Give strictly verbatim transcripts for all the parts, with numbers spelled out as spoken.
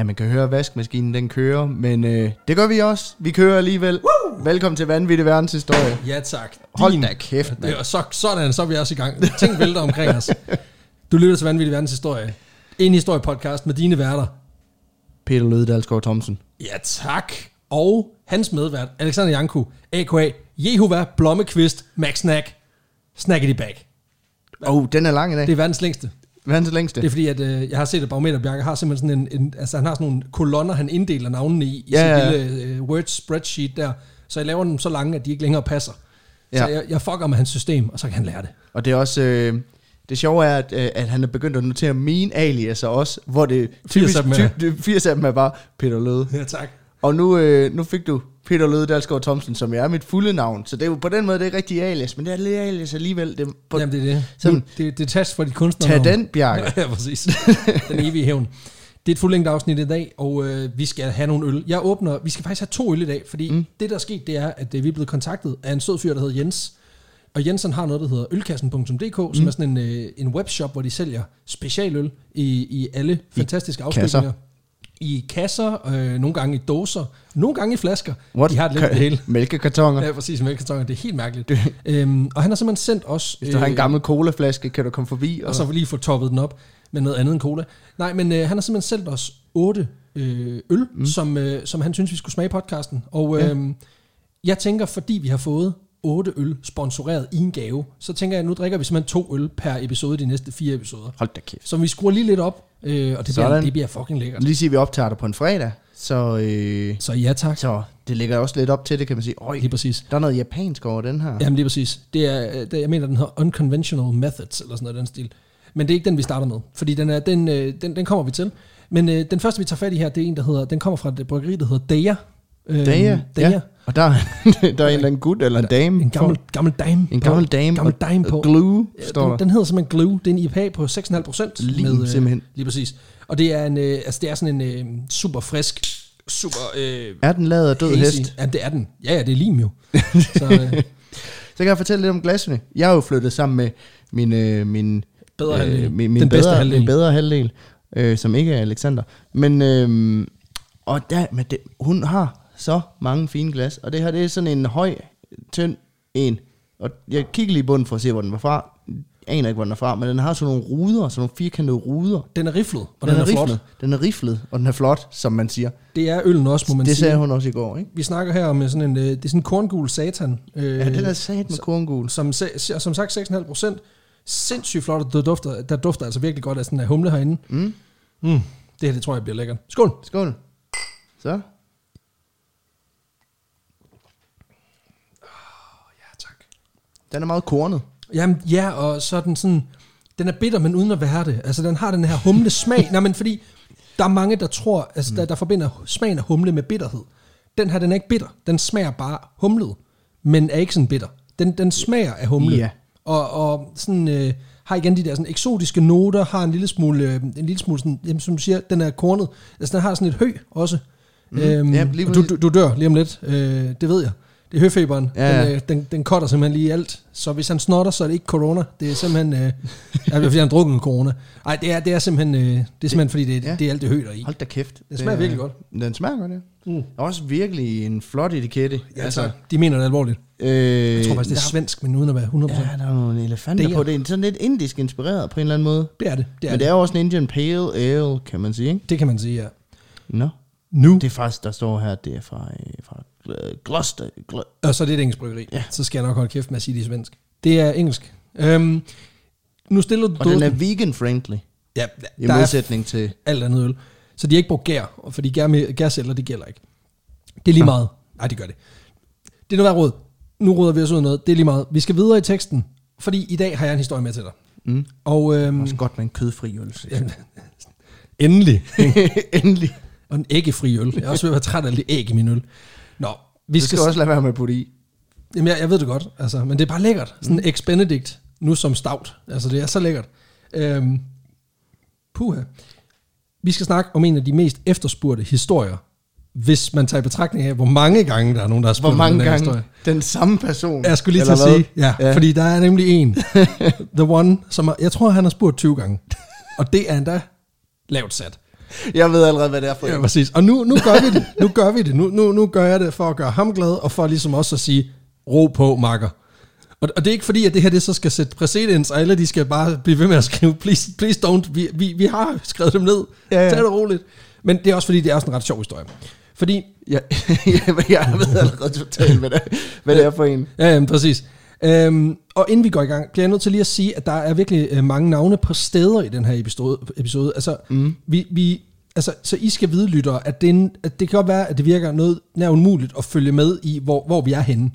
man kan høre vaskemaskinen, den kører, men øh, det gør vi også. Vi kører alligevel. Woo! Velkommen til Vanvittig Verdenshistorie. Ja, tak. Hold Din. da kæft, mand. Så, sådan, så er vi også i gang. Ting vælter omkring os. Du lytter til Vanvittig Verdenshistorie. En historiepodcast med dine værter. Peter Løde Dalsgaard Thomsen. Ja, tak. Og hans medvært, Alexander Janku, a k a. Jehova Blommekvist McSnack. Snackety bag. Åh, oh, den er lang i dag. Det er verdens længste. Verdens længste. Det er fordi, at øh, jeg har set, at Barometer Bjarke har simpelthen sådan en, en, altså han har sådan nogle kolonner, han inddeler navnene i, i ja, sin ja. lille øh, Word spreadsheet der. Så jeg laver dem så lange, at de ikke længere passer. Ja. Så jeg, jeg fucker med hans system, og så kan han lære det. Og det er også, øh, det sjove er, at, øh, at han er begyndt at notere mine aliaser også, hvor det typisk, firs af dem er bare Peter Løde. Ja, tak. Og nu, øh, nu fik du Peter Løde Dalsgaard Thomsen, som er mit fulde navn. Så det er jo på den måde, det er ikke rigtig alias, men det er lidt alias alligevel. Det er på, Jamen det er det. Sådan, det, det er tast for de kunstnere. Tag den, Bjarke. Ja, præcis. Den evige hævn. Det er et fuldlængde afsnit i dag, og øh, vi skal have nogle øl. Jeg åbner, vi skal faktisk have to øl i dag, fordi mm. det, der er sket, det er, at øh, vi er blevet kontaktet af en sød fyr, der hedder Jens. Og Jensen har noget, der hedder ølkassen punktum d k, mm. som er sådan en, øh, en webshop, hvor de sælger specialøl i, i alle I fantastiske afspilninger. I kasser, øh, nogle gange i dåser, nogle gange i flasker. What? De har det lidt det hele. Mælkekartoner. Ja, præcis, mælkekartoner. Det er helt mærkeligt. øhm, og han har simpelthen sendt os... Hvis du øh, har en gammel colaflaske, kan du komme forbi. Og, og så lige få toppet den op med noget andet end cola. Nej, men øh, han har simpelthen sendt os otte øh, øl, mm. som, øh, som han synes, vi skulle smage i podcasten. Og øh, ja. jeg tænker, fordi vi har fået otte øl sponsoreret i en gave, så tænker jeg, nu drikker vi simpelthen to øl per episode de næste fire episoder. Hold da kæft. Så vi skruer lige lidt op, øh, og det bliver, det bliver fucking lækkert. Lige sige, vi optager det på en fredag, så... Øh, så ja tak. Så det ligger også lidt op til det, kan man sige. Øj, lige præcis. Der er noget japansk over den her. Jamen lige præcis. Det er, det, jeg mener, den hedder Unconventional Methods, eller sådan noget den stil. Men det er ikke den, vi starter med, fordi den, er, den, den, den kommer vi til. Men øh, den første, vi tager fat i her, det er en, der hedder, den kommer fra et bryggeri, der hedder Deja. Øh, Deja? Deja. Ja. Og der, der er en eller anden gut eller en dame. En gammel, gammel dame. En gammel dame. Gammel dame på. Glue, står den, der. Den hedder simpelthen Glue. Det er en I P A på seks komma fem procent. Lim, med, simpelthen. Lige præcis. Og det er, en, øh, altså det er sådan en øh, super frisk, super... Øh, er den lavet af død hazy. hest? Ja, det er den. Ja, ja, det er lim jo. så, øh. så kan jeg fortælle lidt om glasene. Jeg er jo flyttet sammen med min... Øh, min bedre halvdel. Øh, min, min den bedre, bedste halvdel. Min bedre halvdel, øh, som ikke er Alexander. Men, øh, og der, men det, hun har... så mange fine glas, og det her, det er sådan en høj, tynd en, og jeg kigger lige i bunden for at se, hvor den var fra. Jeg aner ikke, hvor den er fra, men den har sådan nogle ruder, sådan nogle firkantede ruder. Den er riflet, og den, den er, er flot. Riflet. Den er riflet, og den er flot, som man siger. Det er øllen også, må man det sige. Det sagde hun også i går, ikke? Vi snakker her om sådan en, det er sådan en korngul satan. Øh, ja, den er sat med korngul. Som, som sagt seks komma fem procent. Sindssygt flot, der dufter, der dufter altså virkelig godt af sådan en humle herinde. Mm. Mm. Det her, det tror jeg bliver lækkert. Skål! Skål! Så... Den er meget kornet. Jamen, ja, og så er den sådan... Den er bitter, men uden at være det. Altså, den har den her humle smag. Nej, men fordi der er mange, der tror... Altså, mm. der, der forbinder smagen af humle med bitterhed. Den her, den er ikke bitter. Den smager bare humlet, men er ikke sådan bitter. Den, den smager af humle. Ja. Og, og sådan... Øh, har igen de der sådan eksotiske noter, har en lille smule... Øh, en lille smule sådan... Jamen, som du siger, den er kornet. Altså, den har sådan et hø også. Mm. Øhm, ja, og du, du, du dør lige om lidt. Øh, det ved jeg. Det er høfeberen. Ja, ja. Den, den, den cutter simpelthen lige alt. Så hvis han snotter, så er det ikke corona. Det er simpelthen... Øh, ja, fordi han drukker en corona. Nej, det er, det er simpelthen, øh, det er simpelthen det, fordi det, ja. det er alt det hø der i. Hold da kæft. Det smager det, virkelig godt. Den smager godt, ja. Mm. Også virkelig en flot etikette. Ja, altså, de mener det alvorligt. Øh, jeg tror faktisk, det er svensk, men uden at være hundrede procent. Ja, der er nogle elefanter det på. Det er sådan lidt indisk inspireret på en eller anden måde. Det er det. det, er men det det er jo også en Indian Pale Ale, kan man sige, ikke? Det kan man sige, ja. Nå. Nu. Det er faktisk, der står her, det er fra, fra Gloucester. Gl- og så er det et engelsk bryggeri. Ja. Så skal jeg nok holde kæft med at sige det i svensk. Det er engelsk. Øhm, nu stiller du og den er vegan-friendly. Ja, i modsætning til alt andet øl. Så de er ikke brugt gær, fordi gær, gærceller, det gælder ikke. Det er lige meget. Nej, det gør det. Det er noget, der er råd. Nu råder vi os ud af noget. Det er lige meget. Vi skal videre i teksten, fordi i dag har jeg en historie med til dig. Mm. Og, øhm, det er også godt med en kødfri øl. Endelig. Endelig. Og en æggefri øl. Jeg er også ved at være træt af lidt æg i min øl. Nå, vi skal, skal også lade være med at putte i. Jamen, jeg, jeg ved det godt, altså, men det er bare lækkert. Sådan en mm. ex-Benedict, nu som stout. Altså, det er så lækkert. Øhm, puha. Vi skal snakke om en af de mest efterspurgte historier, hvis man tager i betragtning af, hvor mange gange der er nogen, der har spurgt hvor mange den gange historie. Den samme person. Jeg skulle lige til at sige, ja, ja, fordi der er nemlig en, the one, som er, jeg tror, han har spurgt tyve gange. Og det er endda lavt sat. Jeg ved allerede, hvad det er for Ja, præcis. Og nu, nu gør vi det. Nu gør vi det. Nu, nu, nu gør jeg det for at gøre ham glad, og for ligesom også at sige, ro på, makker. Og, og det er ikke fordi, at det her det så skal sætte præcedens, og alle de skal bare blive ved med at skrive, please, please don't. Vi, vi, vi har skrevet dem ned. Ja, ja. Tag det roligt. Men det er også fordi, det er også en ret sjov historie. Fordi... Ja, jeg ved allerede totalt, hvad det, hvad det er for en. Ja, ja, præcis. Øhm, og inden vi går i gang, bliver jeg nødt til lige at sige, at der er virkelig øh, mange navne på steder i den her episode. episode. Altså, mm. vi, vi, altså, så I skal vide, lyttere, at det, en, at det kan godt være, at det virker noget nær umuligt at følge med i, hvor, hvor vi er henne.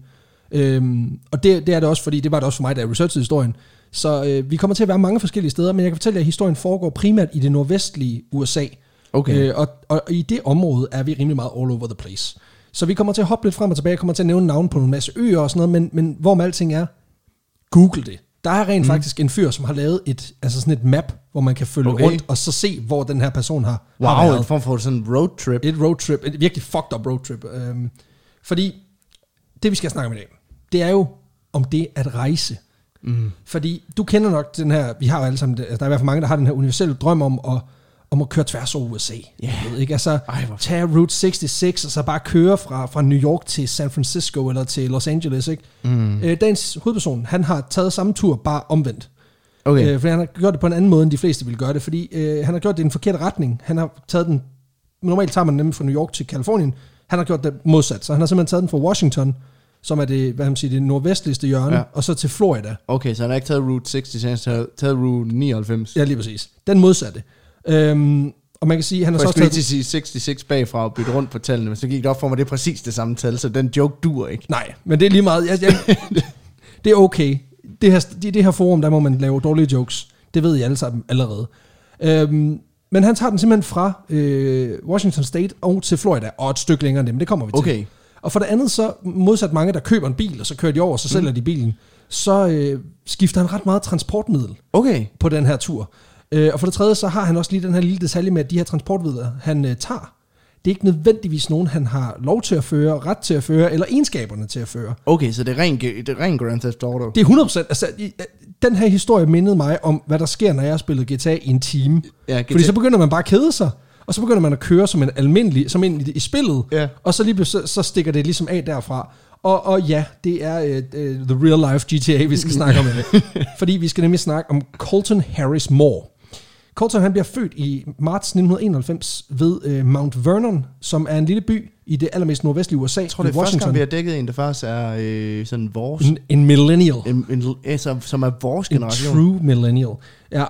Øhm, og det, det er det også, fordi det var det også for mig, da jeg researchede historien. Så øh, vi kommer til at være mange forskellige steder, men jeg kan fortælle jer, at historien foregår primært i det nordvestlige U S A. Okay. Øh, og, og i det område er vi rimelig meget all over the place. Så vi kommer til at hoppe lidt frem og tilbage, kommer til at nævne navn på en masse øer og sådan noget, men, men hvor med alting er, google det. Der er rent mm. faktisk en fyr, som har lavet et, altså sådan et map, hvor man kan følge okay. rundt og så se, hvor den her person har, wow, har været. Wow, et form for sådan en roadtrip. Et roadtrip, et virkelig fucked up roadtrip. Øhm, fordi det, vi skal snakke om i dag, det er jo om det at rejse. Mm. Fordi du kender nok den her, vi har jo alle sammen, der er i hvert fald mange, der har den her universelle drøm om at om at køre tværs over U S A. Yeah. Ved, ikke? Altså, Ej, tage Route seksogtres, og så bare køre fra, fra New York til San Francisco, eller til Los Angeles. Ikke? Mm. Øh, dagens hovedperson, han har taget samme tur, bare omvendt. Okay. Øh, for han har gjort det på en anden måde, end de fleste vil gøre det, fordi øh, han har gjort det i den forkerte retning. Han har taget den, normalt tager man nemlig fra New York til Kalifornien, han har gjort det modsat, så han har simpelthen taget den fra Washington, som er det, hvad man siger, det nordvestligste hjørne, ja. Og så til Florida. Okay, så han har ikke taget Route seksogtres, han har taget Route nioghalvfems. Ja, lige præcis. Den modsatte. Øhm, og man kan sige, han har så også taget... Jeg skulle seksogtres bagfra og bytte rundt på tallene, men så gik det op for mig, det er præcis det samme tal, så den joke dur ikke. Nej, men det er lige meget... Jeg, jeg, det er okay. Det her, det, det her forum, der må man lave dårlige jokes. Det ved I alle sammen allerede. Øhm, men han tager den simpelthen fra øh, Washington State og til Florida, og et stykke længere end dem. Det kommer vi til. Okay. Og for det andet, så modsat mange, der køber en bil, og så kører de over, og så mm. sælger de bilen, så øh, skifter han ret meget transportmiddel okay. på den her tur. Og for det tredje, så har han også lige den her lille detalje med, at de her transportmidler, han uh, tager, det er ikke nødvendigvis nogen, han har lov til at føre, ret til at føre, eller egenskaberne til at føre. Okay, så det er ren, det er ren Grand Theft Auto? Det er hundrede procent. Altså, den her historie mindede mig om, hvad der sker, når jeg har spillet G T A i en time. Ja, fordi så begynder man bare at kede sig, og så begynder man at køre som en almindelig, som en i, i spillet, ja. Og så lige så, så stikker det ligesom af derfra. Og, og ja, det er uh, uh, the real life G T A, vi skal snakke om det. Fordi vi skal nemlig snakke om Colton Harris Moore. Colton, han bliver født i marts nitten enoghalvfems ved øh, Mount Vernon, som er en lille by i det allermest nordvestlige U S A. Jeg tror, det er første gang, vi har dækket en, der faktisk er øh, sådan vores... En, en millennial. En, en, en, som, som er vores generation. En true millennial, ja.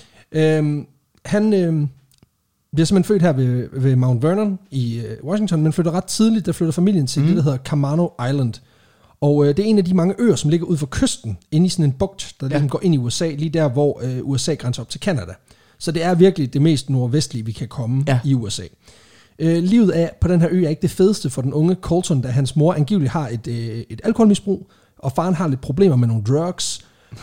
Øhm, han øh, bliver simpelthen født her ved, ved Mount Vernon i øh, Washington, men flytter ret tidligt, der flytter familien til mm. det, der hedder Camano Island. Og øh, det er en af de mange øer, som ligger ud for kysten, inde i sådan en bugt, der ja. Ligesom går ind i U S A, lige der, hvor øh, U S A grænser op til Canada. Så det er virkelig det mest nordvestlige, vi kan komme ja. I U S A. Øh, livet af på den her ø er ikke det fedeste for den unge Colton, da hans mor angiveligt har et, øh, et alkoholmisbrug, og faren har lidt problemer med nogle drugs.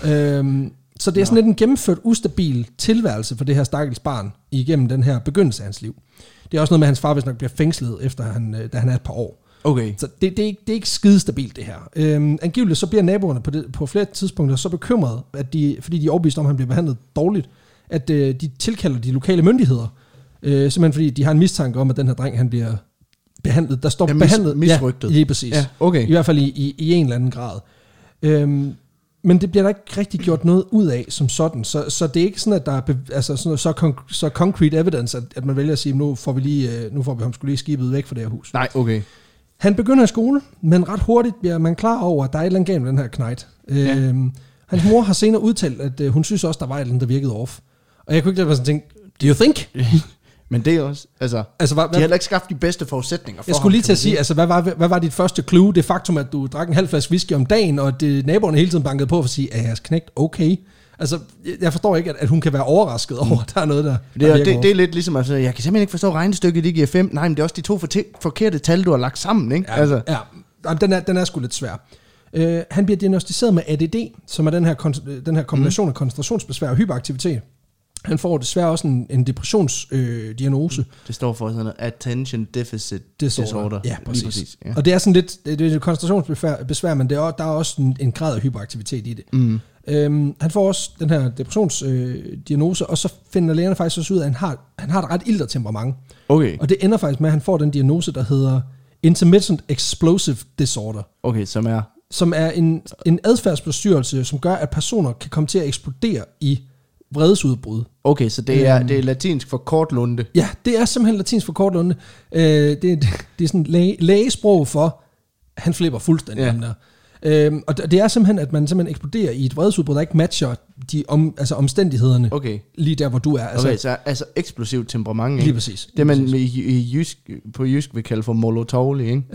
øh, så det er sådan lidt en gennemført, ustabil tilværelse for det her stakkels barn igennem den her begyndelse af hans liv. Det er også noget med, at hans far vist nok bliver fængslet, efter han, da han er et par år. Okay. Så det, det, er ikke, det er ikke skide stabilt, det her. Øhm, angiveligt så bliver naboerne på, det, på flere tidspunkter så bekymrede, at de, fordi de er overbevist om, at han bliver behandlet dårligt, at øh, de tilkalder de lokale myndigheder. Øh, simpelthen fordi de har en mistanke om, at den her dreng, han bliver behandlet. Der står ja, mis, behandlet. Misrygtet. Ja, lige præcis. Ja, okay. I hvert fald i, i, i en eller anden grad. Øhm, men det bliver der ikke rigtig gjort noget ud af som sådan. Så, så det er ikke sådan, at der er be, altså sådan noget, så, konk, så concrete evidence, at, at man vælger at sige, nu får vi lige, nu får vi ham skulle lige skibet væk fra det her hus. Nej, okay. Han begynder i skole, men ret hurtigt bliver man klar over, at der er et eller andet galt med den her knægt. Ja. Øhm, hans mor har senere udtalt, at øh, hun synes også, der var et eller andet, der virkede off. Og jeg kunne ikke lade være sådan tænke, do you think? Men det er også, altså, altså hvad, de har heller ikke skaffet de bedste forudsætninger for Jeg skulle ham, lige til at sige, altså hvad var, hvad var dit første clue? Det faktum, at du drak en halv flaske whisky om dagen, og det, naboerne hele tiden bankede på for at sige, er jeres knægt okay? Altså, jeg forstår ikke, at, at hun kan være overrasket over, at der er noget, der, det, der det, det er lidt ligesom, altså, jeg kan simpelthen ikke forstå regnestykket, det giver fem. Nej, men det er også de to forkerte tal, du har lagt sammen, ikke? Ja, altså. ja. Den, er, den er sgu lidt svær. Uh, han bliver diagnosticeret med A D D, som er den her, den her kombination mm. af koncentrationsbesvær og hyperaktivitet. Han får desværre også en, en depressionsdiagnose. Øh, det står for sådan noget attention deficit disorder. disorder. Ja, præcis. præcis ja. Og det er sådan lidt, det er koncentrationsbesvær, besvær, men det er, der er også en, en grad af hyperaktivitet i det. Mm. Øhm, han får også den her depressionsdiagnose, øh, og så finder lægerne faktisk også ud af, at han har, han har et ret ilter temperament. Okay. Og det ender faktisk med, at han får den diagnose, der hedder Intermittent Explosive Disorder. Okay, som er? Som er en, en adfærdsforstyrrelse, som gør, at personer kan komme til at eksplodere i vredesudbrud. Okay, så det er, øhm, det er latinsk for kortlunde? Ja, det er simpelthen latinsk for kortlunde. Øh, det, det, det er sådan læge, lægesprog for, han flipper fuldstændig. Ja. Der. Øhm, og det er simpelthen, at man simpelthen eksploderer i et vredesudbrud, der ikke matcher de om, altså omstændighederne, okay. lige der, hvor du er. Altså, okay, så altså eksplosivt temperament, ikke? Lige præcis. Det man præcis. I, i jysk, på jysk vil kalde for molotovlig, ikke?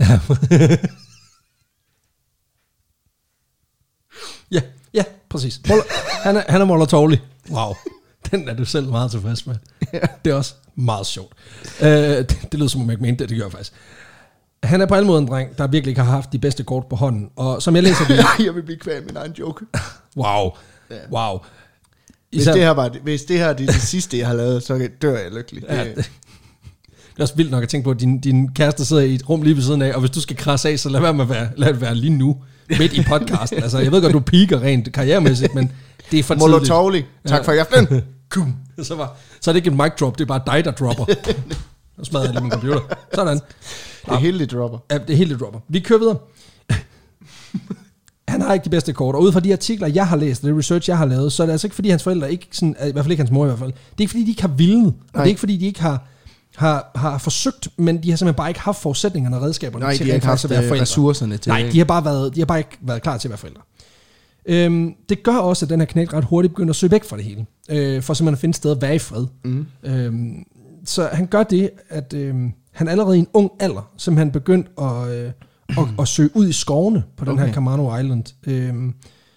ja, ja, præcis. Han er, han er molotovlig. Wow, den er du selv meget tilfreds med. Ja. Det er også meget sjovt. Uh, det, det lyder som om jeg ikke mente det, det gør jeg faktisk. Han er på alle måder en dreng, der virkelig ikke har haft de bedste kort på hånden. Og som jeg læser det... jeg vil blive kvæl min egen joke. Wow. Ja. Wow. Hvis det, her var, hvis det her er det, det sidste, jeg har lavet, så dør jeg lykkelig. Ja, det, det er også vildt nok at tænke på, at din, din kæreste sidder i et rum lige ved siden af, og hvis du skal krasse af, så lad være med at være, lad det være lige nu, midt i podcasten. Altså, jeg ved godt, du piker rent karrieremæssigt, men det er for tidligt. Molotovlig. Tak for i aften. så, var, så er det ikke en mic drop, det er bare dig, der dropper. Så smadrer jeg lige min computer. Sådan. Det er hele det dropper. Ja, det er hele det dropper. Vi kører videre. Han har ikke de bedste kort, og ud fra de artikler, jeg har læst, og det research, jeg har lavet, så er det altså ikke, fordi hans forældre ikke, sådan, i hvert fald ikke hans mor i hvert fald, det er ikke, fordi de ikke har villet, og det er ikke, fordi de ikke har, har, har forsøgt, men de har simpelthen bare ikke haft forudsætningerne og redskaberne Nej, til de at haft være forældre. ressourcerne til Nej, de har bare været, de har bare ikke været klar til at være forældre. Øhm, det gør også, at den her knægt ret hurtigt begynder at søge væk fra det hele, øh, for simpelthen at finde et sted at være i fred. Mm. Øhm, så han gør det, at øh, han allerede i en ung alder simpelthen begyndt at, øh, at, at søge ud i skovene på den okay. her Camano Island. Øhm,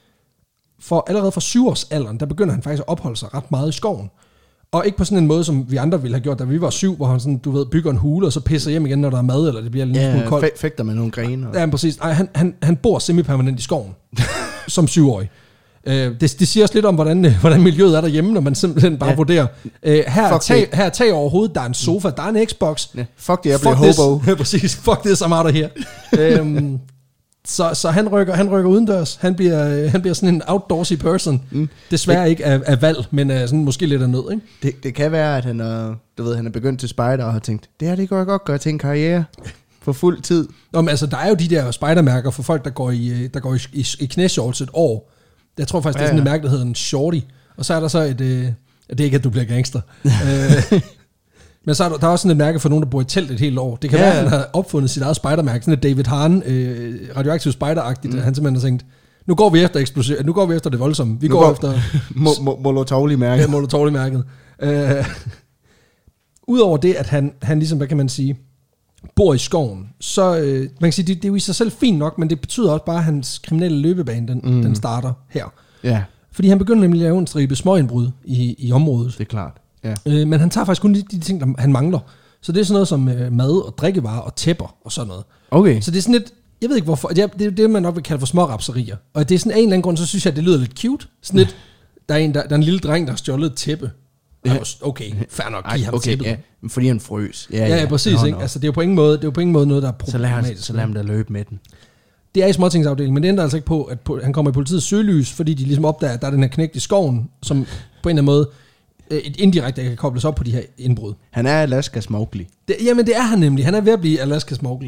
for allerede fra syvårsalderen, der begynder han faktisk at opholde sig ret meget i skoven. Og ikke på sådan en måde, som vi andre ville have gjort, da vi var syv, hvor han sådan, du ved, bygger en hule, og så pisser hjem igen, når der er mad, eller det bliver lidt ja, smule koldt. Ja, fægter med nogle grene. Og... Ja, præcis. Ej, han, han, han bor semi-permanent i skoven, som syvårig. Øh, det, det siger også lidt om, hvordan, hvordan miljøet er derhjemme, når man simpelthen bare ja. vurderer. Øh, her, er tag, her er tag over hovedet, der er en sofa, der er en Xbox. Ja. Fuck det, jeg bliver hobo. Ja, præcis. Fuck det, som er der her. øhm, så så han, rykker, han rykker udendørs. Han bliver, han bliver sådan en outdoorsy person. Mm. Desværre det, ikke af, af valg, men af sådan måske lidt af nød. Ikke? Det, det kan være, at han er, du ved, han er begyndt til spejder og har tænkt, det her det kan jeg godt gøre til en karriere. På fuld tid. Nå, men altså, der er jo de der spejdermærker for folk, der går i, der går i, i, i knæshorts et år. Jeg tror faktisk, ja, det er sådan ja. en mærke, der hedder en shorty. Og så er der så et... Øh, det er ikke, at du bliver gangster. øh, men så er der, der er også sådan et mærke for nogen, der bor i telt et helt år. Det kan ja. være, at han har opfundet sit eget spejdermærke. Sådan et David Hahn, øh, radioaktiv spejderagtigt. Mm. Han simpelthen har tænkt, nu går vi efter eksplosiv, nu går vi efter det voldsomme. Vi går, går efter... Molotovlig-mærket. Ja, Molotovlig-mærket. Øh, Udover det, at han, han ligesom, hvad kan man sige... bor i skoven, så øh, man kan sige, det, det er jo i sig selv fint nok, men det betyder også bare, at hans kriminelle løbebane, den, mm. den starter her. Ja. Fordi han begynder nemlig at lave en stribe småindbrud i, i området. Det er klart. Ja. Øh, men han tager faktisk kun de, de ting, der han mangler. Så det er sådan noget som øh, mad og drikkevarer og tæpper og sådan noget. Okay. Så det er sådan lidt, jeg ved ikke hvorfor, det er det, det man nok vil kalde for smårapserier. Og det er sådan en eller anden grund, så synes jeg, at det lyder lidt cute. Sådan lidt, der er en, der, der er en lille dreng, der har stjålet et tæppe. Ja. Okay, fair nok, giv ham okay, tæppet. Ja, fordi han frøs. Ja, ja, ja præcis. Ikke? Altså, det er jo på ingen måde, det er jo på ingen måde noget, der er problematisk. Så lad ham da løbe med den. Det er i småtingsafdelingen, men det ændrer altså ikke på, at han kommer i politiets søgelys, fordi de ligesom opdager, at der er den her knægt i skoven, som på en eller anden måde et indirekte kan kobles op på de her indbrud. Han er Alaska Smokely. Det, jamen, det er han nemlig. Han er ved at blive Alaska Smokely.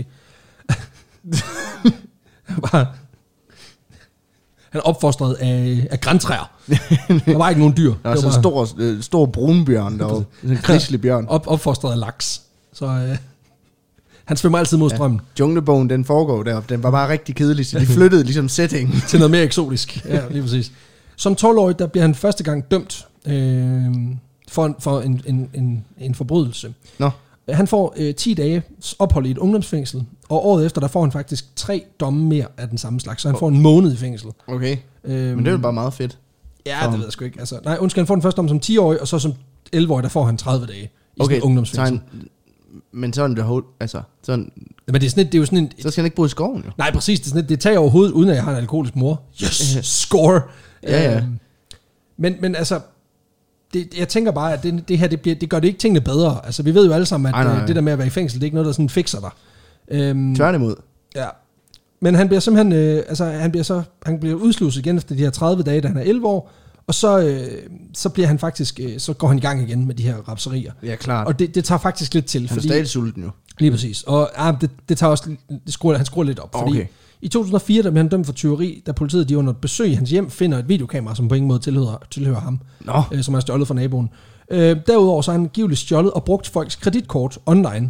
Bare... Han er opfostret af, af grantræer. Der var ikke nogen dyr. Der var sådan en stor, øh, stor brunbjørn, der var en kriselig bjørn. Op, opfostret af laks. Så øh, han svømmer altid mod strømmen. Ja, Junglebogen, den foregår deroppe. Den var bare rigtig kedelig, så de flyttede ligesom settingen. Til noget mere eksotisk. Ja, lige præcis. Som tolv-årig, der bliver han første gang dømt øh, for, for en, en, en, en forbrydelse. Nå. Han får øh, ti dage ophold i et ungdomsfængsel, og året efter, der får han faktisk tre domme mere af den samme slags, så han får en måned i fængsel. Okay, øhm, men det er jo bare meget fedt. Ja, det ved jeg sgu ikke. Altså, nej, undskyld, han får den første dom som ti-årig, og så som elleve-årig, der får han tredive dage i okay, sådan et ungdomsfængsel. Han, men sådan det hold, altså sådan... Men det er, sådan et, det er jo sådan en... Så skal han ikke bo i skoven, jo. Nej, præcis, det er sådan et, det tager overhovedet, uden at jeg har en alkoholisk mor. Yes, score! Ja, ja. Øhm, men, men altså... det, jeg tænker bare, at det, det her, det, bliver, det gør det ikke tingene bedre. Altså, vi ved jo alle sammen, at ej, nej, nej. det der med at være i fængsel, det er ikke noget, der sådan fikser dig. Øhm, Tværtimod. Ja. Men han bliver simpelthen, øh, altså, han bliver så, han bliver udsluset igen efter de her tredive dage, da han er elleve år, og så, øh, så bliver han faktisk, øh, så går han i gang igen med de her rapserier. Ja, klart. Og det, det tager faktisk lidt til. Han er fordi, stadig sulten jo. Lige præcis. Og ah, det, det tager også, det skruer, han skruer lidt op, fordi okay. i to tusind og fire, der blev han dømt for tyveri, da politiet de under et besøg i hans hjem finder et videokamera, som på ingen måde tilhører, tilhører ham, no. øh, som er stjålet fra naboen. Øh, derudover så har han givetligt stjålet og brugt folks kreditkort online.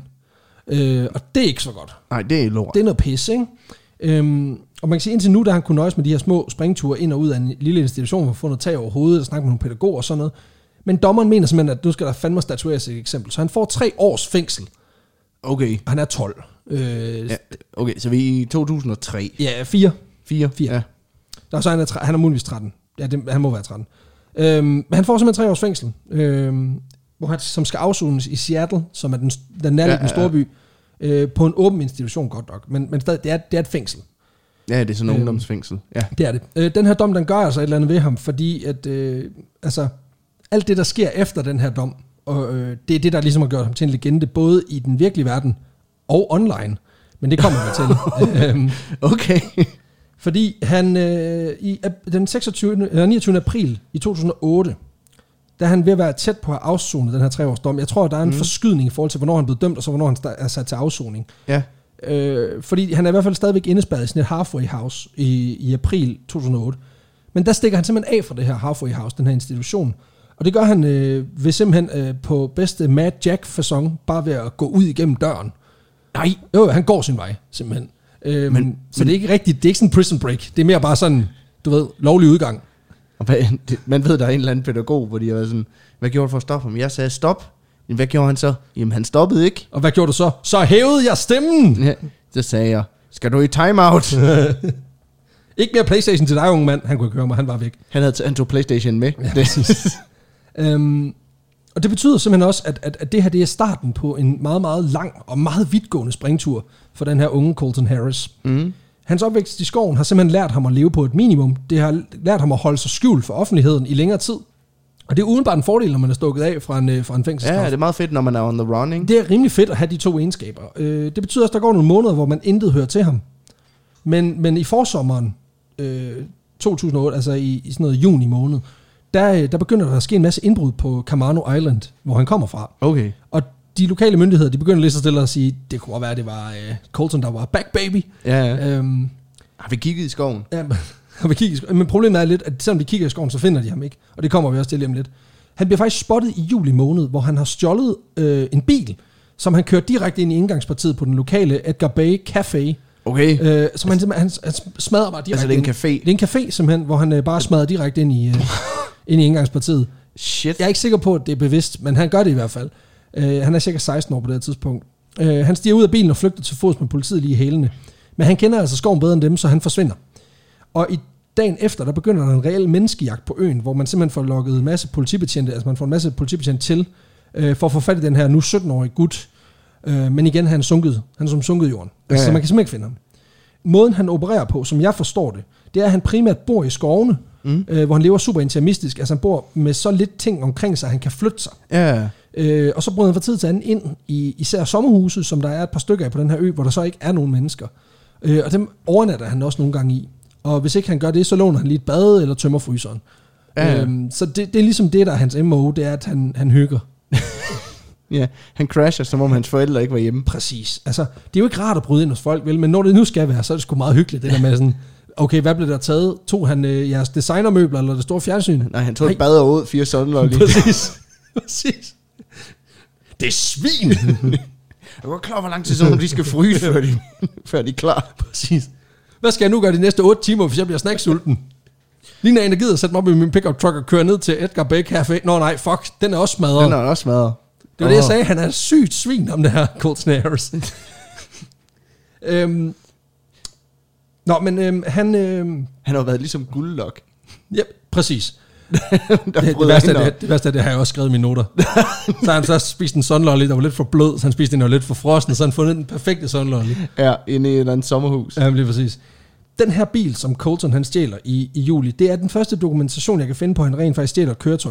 Øh, og det er ikke så godt. Nej, det er lort. Det er noget pis, ikke? Øhm, og man kan sige, indtil nu, der han kunne nøjes med de her små springture ind og ud af en lille institution, for at få noget tag over hovedet, og snakke med nogle pædagoger og sådan noget. Men dommeren mener simpelthen, at nu skal der fandme statueres et eksempel. Så han får tre års fængsel. Okay. Og han er tolv. Øh, ja, okay, så vi er i to tusind og tre. Ja, fire. Fire? Fire. Ja. Der er så han er, han er muligvis tretten. Ja, det, han må være tretten. Øhm, men han får simpelthen tre års fængsel, øhm, hvor han, som skal afsones i Seattle, som er den, den nærliggende ja, ja, ja. storby, øh, på en åben institution godt nok. Men, men stadig, det, er, det er et fængsel. Ja, det er sådan en øhm, ungdomsfængsel. Ja. Det er det. Øh, den her dom, den gør altså et eller andet ved ham, fordi at, øh, altså, alt det, der sker efter den her dom, og, øh, det er det, der ligesom har gjort ham til en legende, både i den virkelige verden og online. Men det kommer vi til. øhm, okay. Fordi han øh, i den seksogtyvende eller niogtyvende april i to tusind og otte, der er han ved at være tæt på at afzone den her tre års dom. Jeg tror, der er en mm. forskydning i forhold til, hvornår han blev dømt, og så hvornår han er sat til afsoning. Ja. Øh, fordi han er i hvert fald stadigvæk indespærret i sådan et halfway house i, i april to tusind og otte. Men der stikker han simpelthen af fra det her halfway house, den her institution. Og det gør han øh, ved simpelthen øh, på bedste Mad Jack-facon, bare ved at gå ud igennem døren. Nej. Jo, han går sin vej, simpelthen. Øhm, men, så men, det er ikke rigtigt, det er ikke sådan en prison break. Det er mere bare sådan, du ved, lovlig udgang. Og hvad, det, man ved, der er en eller anden pædagog, hvor de er sådan, hvad gjorde du for at stoppe ham? Jeg sagde stop. Jamen, hvad gjorde han så? Jamen, han stoppede ikke. Og hvad gjorde du så? Så hævede jeg stemmen! Ja, så sagde jeg, skal du i timeout? Ikke mere PlayStation til dig, unge mand. Han kunne ikke høre mig, han var væk. Han, havde t- han tog PlayStation med. Ja, øhm, og det betyder simpelthen også, at, at, at det her det er starten på en meget, meget lang og meget vidtgående springtur for den her unge Colton Harris. Mm. Hans opvækst i skoven har simpelthen lært ham at leve på et minimum. Det har lært ham at holde sig skjult for offentligheden i længere tid. Og det er udenbart en fordel, når man er stukket af fra en, fra en fængselsstraf. Ja, det er meget fedt, når man er on the running. Det er rimelig fedt at have de to egenskaber. Øh, det betyder også, at der går nogle måneder, hvor man intet hører til ham. Men, men i forsommeren øh, to tusind og otte, altså i, i sådan noget juni måned, der, der begynder der at ske en masse indbrud på Camano Island, hvor han kommer fra. Okay. Og de lokale myndigheder, de begynder lige så stille at sige, det kunne være, at det var uh, Colton, der var back baby. Ja, ja. Øhm, har vi kigget i skoven? Ja, har vi kigget i skoven. Men problemet er lidt, at selvom de kigger i skoven, så finder de ham ikke. Og det kommer vi også til lige om lidt. Han bliver faktisk spottet i juli måned, hvor han har stjålet øh, en bil, som han kørte direkte ind i indgangspartiet på den lokale Edgar Bay Café. Okay. Øh, som han, han, han smadrer bare direkte. Altså det er en café? Det er en café simpelthen, hvor han øh, bare smadrer direkte ind i, øh, ind i indgangspartiet. Shit. Jeg er ikke sikker på, at det er bevidst, men han gør det i hvert fald. Øh, han er cirka seksten år på det her tidspunkt. Øh, han stiger ud af bilen og flygter til fods med politiet lige i hælene. Men han kender altså skoven bedre end dem, så han forsvinder. Og i dagen efter, der begynder der en reel menneskejagt på øen, hvor man simpelthen får lukket en masse politibetjente, altså man får en masse politibetjente til, øh, for at få fat i den her nu sytten-årige gut. Øh, men igen, han er sunket. Han er som sunket i jorden. Altså, ja, ja. Så man kan simpelthen ikke finde ham. Måden han opererer på, som jeg forstår det, det er, at han primært bor i skovene, mm. øh, hvor han lever super interimistisk. Altså han bor med så lidt ting omkring sig, at han kan flytte sig. Ja. Øh, og så bryder han fra tid til anden ind i især sommerhuset, som der er et par stykker af på den her ø, hvor der så ikke er nogen mennesker. Øh, og dem overnatter han også nogle gange i. Og hvis ikke han gør det, så låner han lige et bad eller tømmer fryseren. Ja. Øhm, så det, det er ligesom det, der er hans M O, det er, at han, han hygger. Ja, han crasher, som om hans forældre ikke var hjemme. Præcis. Altså, det er jo ikke rart at bryde ind hos folk, vel? Men når det nu skal være, så er det sgu meget hyggeligt, det der med sådan, okay, hvad blev der taget? Tog han øh, jeres designermøbler eller det store fjernsyn? Nej, han tog et bad og ud, fire sådan lige. Præcis. Præcis. Det er svin! Jeg er godt klar, hvor lang tid sådan, de skal fryse, før de, før de er klar. Præcis. Hvad skal jeg nu gøre de næste otte timer, hvis jeg bliver snacksulten? Lige når en, der gider at sætte mig op i min pickup truck og køre ned til Edgar Bay Café. Nå nej, fuck, den er også smadret. Den er også smadret. Det var oh. det, jeg sagde. Han er sygt svin om det her, Colton Harris. øhm. Nå, men øhm, han... Øhm, han har været ligesom guldlok. Ja, præcis. det, det, værste er, det, det værste er, det har jeg også skrevet i mine noter. Så han så spiste en sunlolly, der var lidt for blød, så han spiste den jo lidt for frossen, så han fundet den perfekte sunlolly. Ja, inde i et eller andet sommerhus. Ja, lige præcis. Den her bil, som Colton han stjæler i, i juli, det er den første dokumentation, jeg kan finde på, at han rent faktisk stjæler køretøj.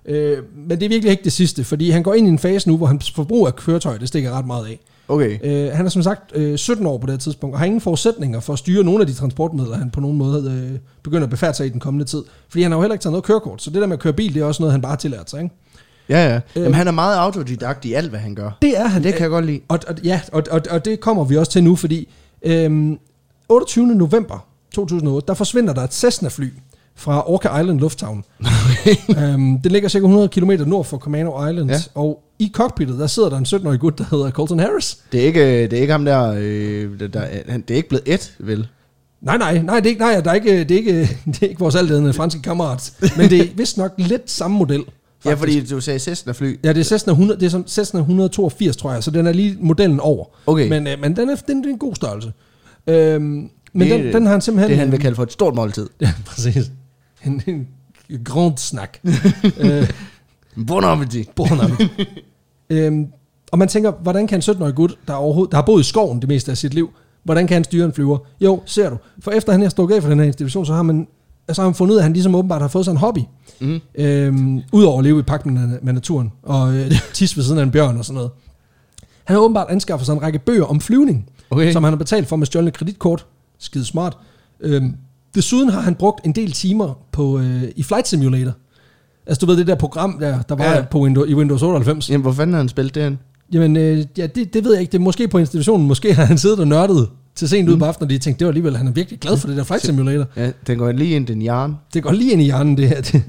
Øh, men det er virkelig ikke det sidste, fordi han går ind i en fase nu, hvor hans forbrug af køretøj, det stikker ret meget af. Okay. Øh, han er som sagt øh, sytten år på det tidspunkt, og har ingen forudsætninger for at styre nogle af de transportmidler, han på nogen måde øh, begynder at befærde sig i den kommende tid. Fordi han har jo heller ikke taget noget kørekort, så det der med at køre bil, det er også noget, han bare har tillært sig, ikke? Ja, ja. Jamen, øh, han er meget autodidakt i alt, hvad han gør. Det er han. Det kan jeg godt lide. Og, og, ja, og, og, og det kommer vi også til nu, fordi øh, otteogtyvende november to tusind og otte, der forsvinder der et Cessna-fly fra Orca Island Lufthavn. øhm, det ligger cirka hundrede kilometer nord for Camano Island, ja. Og i cockpittet, der sidder der en sytten-årig gut, der hedder Colton Harris. Det er ikke, det er ikke ham der, øh, der, der, det er ikke blevet et, vel? Nej, nej, nej, det er ikke, nej, der er ikke, det er ikke, det er ikke vores altædende franske kammerat, men det er vist nok lidt samme model. Faktisk. Ja, fordi du sagde Cessna-fly. Ja, det er Cessna hundrede, det er sådan Cessna et hundrede og toogfirs, tror jeg, så den er lige modellen over. Okay. Men, øh, men den er, den, det er en god størrelse. Øhm, men det, den, den har han simpelthen... Det han vil kalde for et stort måltid. Ja, præcis. En, en grand snak. øh, bon appetit. Bon appetit. øhm, og man tænker, hvordan kan en sytten-årig gut, der, overhovedet, der har boet i skoven det meste af sit liv, hvordan kan han styre en flyver? Jo, ser du. For efter han er stukket af for den her institution, så har man, så har man fundet ud af, at han ligesom åbenbart har fået sig en hobby. Mm. Øhm, Udover at leve i pagt med, med naturen, og øh, tisse ved siden af en bjørn og sådan noget. Han har åbenbart anskaffet sig en række bøger om flyvning, okay. Som han har betalt for med stjålne kreditkort. Skide smart. Øhm, desuden har han brugt en del timer på, øh, i Flight Simulator. Altså du ved det der program, der, der var ja. på Windows, i Windows otteoghalvfems. Jamen hvor fanden har han spillet det hen? Jamen øh, ja, det, det ved jeg ikke. Det er måske på institutionen. Måske har han siddet og nørdet til sent mm. ud på aftenen, og de tænkte, det var alligevel, han er virkelig glad for det der Flight Simulator. Ja, den går lige ind i den hjerne. Det går lige ind i hjernen, det her. Det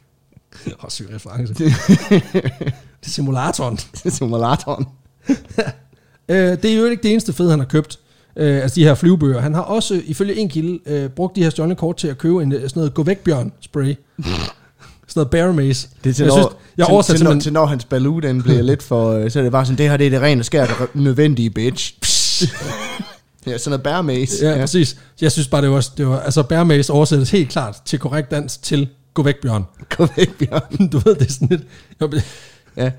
er også syg reference. Det er simulatoren. Det er simulatoren. øh, det er jo ikke det eneste fede, han har købt. Øh, altså de her flyvebøger. Han har også, ifølge en kilde, øh, brugt de her stjålne kort til at købe en, sådan noget gå væk bjørn spray. Sådan noget bear mace. Det er til, jeg når, synes, jeg til, til, når, til når hans baloo, den bliver lidt for, så er det bare sådan, det her det er det rene og skært nødvendige bitch. Ja, sådan noget bear mace. Ja, ja, præcis. Jeg synes bare, det var, det var altså bear mace oversættes helt klart til korrekt dansk til gå væk bjørn. Gå væk bjørn. Du ved, det er sådan lidt... Ja.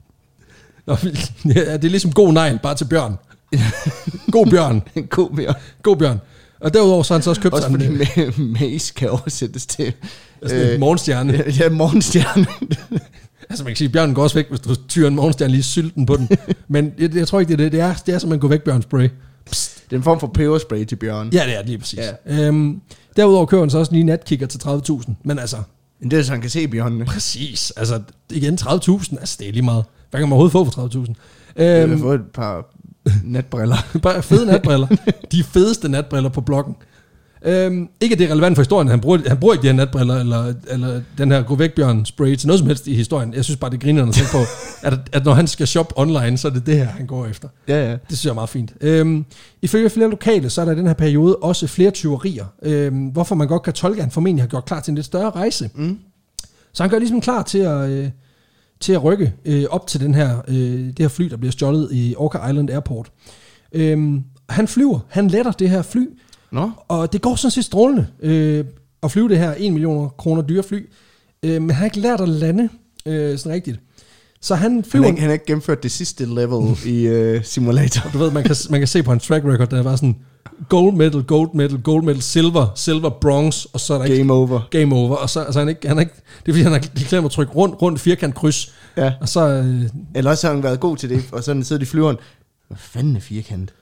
Ja, det er ligesom god negl, bare til bjørn. God bjørn. God bjørn. God bjørn. Og derudover så har han så også købt også sådan... Også fordi mace kan oversættes til... Altså øh, morgenstjerne. Ja, ja, morgenstjerne. Altså man kan sige, bjørnen går også væk, hvis du tyrer en morgenstjerne lige sylten på den. Men jeg, jeg tror ikke, det er det. Det er, det er som en gå væk bjørn spray. Psst. Det er en form for peberspray til bjørn. Ja, det er det lige præcis. Ja. Øhm, derudover køber han så også lige natkikker til tredive tusind. Men altså... Men det er så han kan se bjørnene. Præcis. Altså igen tredive tusind. Altså det er lige meget. Hvad kan man overhovedet få for tredive tusind? Jeg vil få et par natbriller. Bare fede natbriller. De fedeste natbriller på bloggen. Øhm, ikke at det er relevant for historien. Han bruger, han bruger ikke de her natbriller, eller, eller den her gå væk bjørn spray til noget som helst i historien. Jeg synes bare, det griner at tænke på, at, at når han skal shoppe online, så er det det her, han går efter. Ja, ja. Det synes jeg er meget fint. Øhm, ifølge flere lokale, så er der i den her periode også flere tyverier. Øhm, hvorfor man godt kan tolke, at han formentlig har gjort klar til en lidt større rejse. Mm. Så han gør ligesom klar til at... Øh, til at rykke øh, op til den her, øh, det her fly, der bliver stjålet i Orca Island Airport. Øhm, han flyver, han letter det her fly, no. og det går sådan set strålende øh, at flyve det her en million kroner dyre fly, øh, men han har ikke lært at lande øh, sådan rigtigt. Så han flyver... Han har ikke, han har ikke gennemført det sidste level i uh, simulator. Du ved, man kan, man kan se på en track record, der var sådan gold medal, gold medal, gold medal, silver, silver, bronze, og så er der game ikke... over. Game over. Og så altså han ikke, han er ikke, det er fordi, han har glemt at trykke rundt, rundt, firkant, kryds. Ja. Og så... Øh, Eller også har han været god til det, og så sidder de flyveren. Hvad fanden er firkant?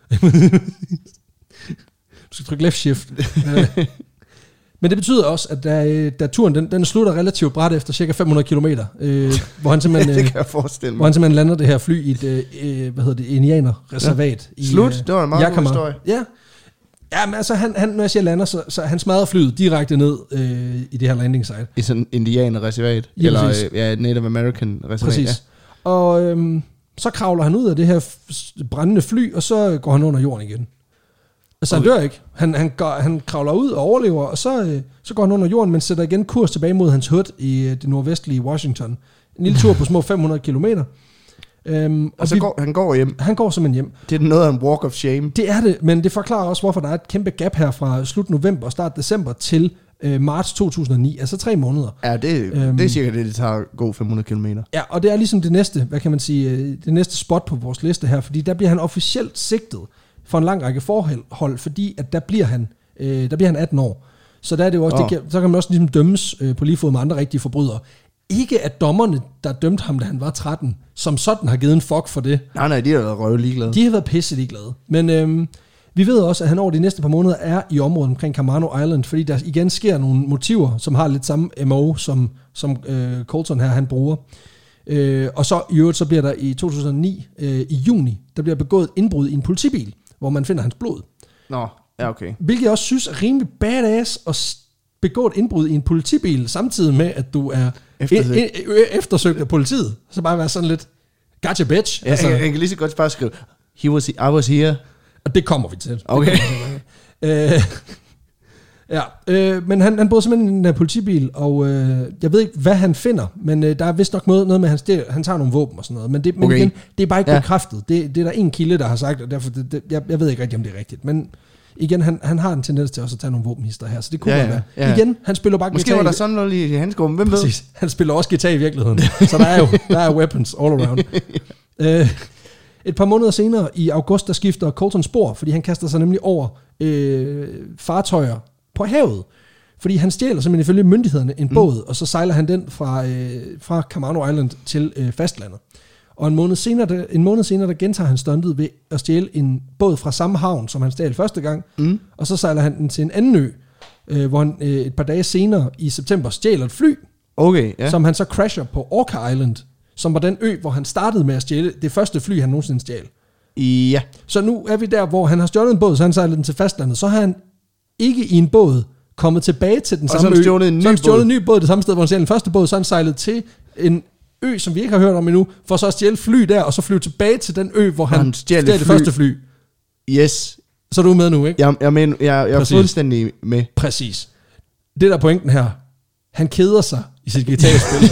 Du skal trykke left shift. Men det betyder også, at da, da turen den, den slutter relativt bræt efter cirka fem hundrede kilometer, øh, hvor han simpelthen, det kan jeg forestille mig. Hvor han simpelthen lander det her fly i et øh, hvad hedder det, indianerreservat. Ja. Slut, i, det var en meget god historie. Ja, ja, men altså han, han, når jeg siger lander, så, så han smadrer flyet direkte ned øh, i det her landing site. I sådan en indianerreservat? Ja, eller øh, ja, Native American reservat. Præcis. Ja. Og øh, så kravler han ud af det her brændende fly, og så går han under jorden igen. Altså okay. Han dør ikke. Han, han, går, han kravler ud og overlever, og så, øh, så går han under jorden, men sætter igen kurs tilbage mod hans hood i øh, det nordvestlige Washington. En lille tur på små fem hundrede kilometer. Øhm, og og så vi, går, han går hjem. Han går simpelthen hjem. Det er noget af en walk of shame. Det er det, men det forklarer også, hvorfor der er et kæmpe gap her fra slut november og start december til øh, marts to tusind og ni. Altså tre måneder. Ja, det, øhm, det er cirka det, det tager gå fem hundrede kilometer. Ja, og det er ligesom det næste, hvad kan man sige, det næste spot på vores liste her, fordi der bliver han officielt sigtet for en lang række forhold, fordi at der bliver han, øh, der bliver han atten år. Så der er det jo også, oh. det kan, så kan man også ligesom dømmes øh, på lige fod med andre rigtige forbrydere. Ikke at dommerne, der dømte ham, da han var tretten, som sådan har givet en fuck for det. Nej, nej, de har været røve ligeglade. De har været pisse ligeglade. Men øhm, vi ved også, at han over de næste par måneder er i området omkring Camano Island, fordi der igen sker nogle motiver, som har lidt samme M O, som, som øh, Colton her, han bruger. Øh, og så i øvrigt, så bliver der i to tusind og ni, øh, i juni, der bliver begået et indbrud i en politibil, hvor man finder hans blod. Nå, ja okay. Hvilket jeg også synes er rimelig badass at begå et indbrud i en politibil, samtidig med, at du er eftersøgt, e- e- eftersøgt af politiet. Så bare være sådan lidt, gotcha bitch. Ja, altså, jeg, jeg kan lige så godt bare skrive, He was, I was here. Og det kommer vi til. Okay. øh, ja, øh, men han, han boede simpelthen i en uh, politibil, og øh, jeg ved ikke, hvad han finder, men øh, der er vist nok noget, noget med, at han, stjæl, han tager nogle våben og sådan noget. Men det, men okay. igen, det er bare ikke ja. bekræftet. Det, det er der en kilde, der har sagt, og derfor, det, det, jeg, jeg ved ikke rigtig, om det er rigtigt. Men igen, han, han har en tendens til også at tage nogle våbenhister her, så det kunne ja, ja, være. Ja. Igen, han spiller bare Måske guitar. var der sådan noget i hans gruppe, hvem Præcis. ved? Han spiller også guitar i virkeligheden. Så der er jo der er weapons all around. ja. øh, et par måneder senere, i august, der skifter Colton spor, fordi han kaster sig nemlig over øh, fartøjer på havet. Fordi han stjæler simpelthen ifølge myndighederne en båd, mm. og så sejler han den fra, øh, fra Camano Island til øh, fastlandet. Og en måned senere, der, en måned senere, der gentager han stuntet ved at stjæle en båd fra samme havn, som han stjal første gang, mm. og så sejler han den til en anden ø, øh, hvor han øh, et par dage senere i september stjæler et fly, okay, ja. som han så crasher på Orca Island, som var den ø, hvor han startede med at stjæle det første fly, han nogensinde stjal. Ja. Så nu er vi der, hvor han har stjålet en båd, så han sejler den til fastlandet. Så har han ikke i en båd kommet tilbage til den og samme ø. Så har han stjålet en ny båd det samme sted, hvor han stjal den første båd, så han sejlet til en ø, som vi ikke har hørt om endnu, for så at stjæle fly der, og så flyve tilbage til den ø, hvor han, han stjal det første fly. Yes. Så er du med nu, ikke? Jeg, jeg, men, jeg, jeg er fuldstændig med. Præcis. Det der er pointen her. Han keder sig i sit guitarspil.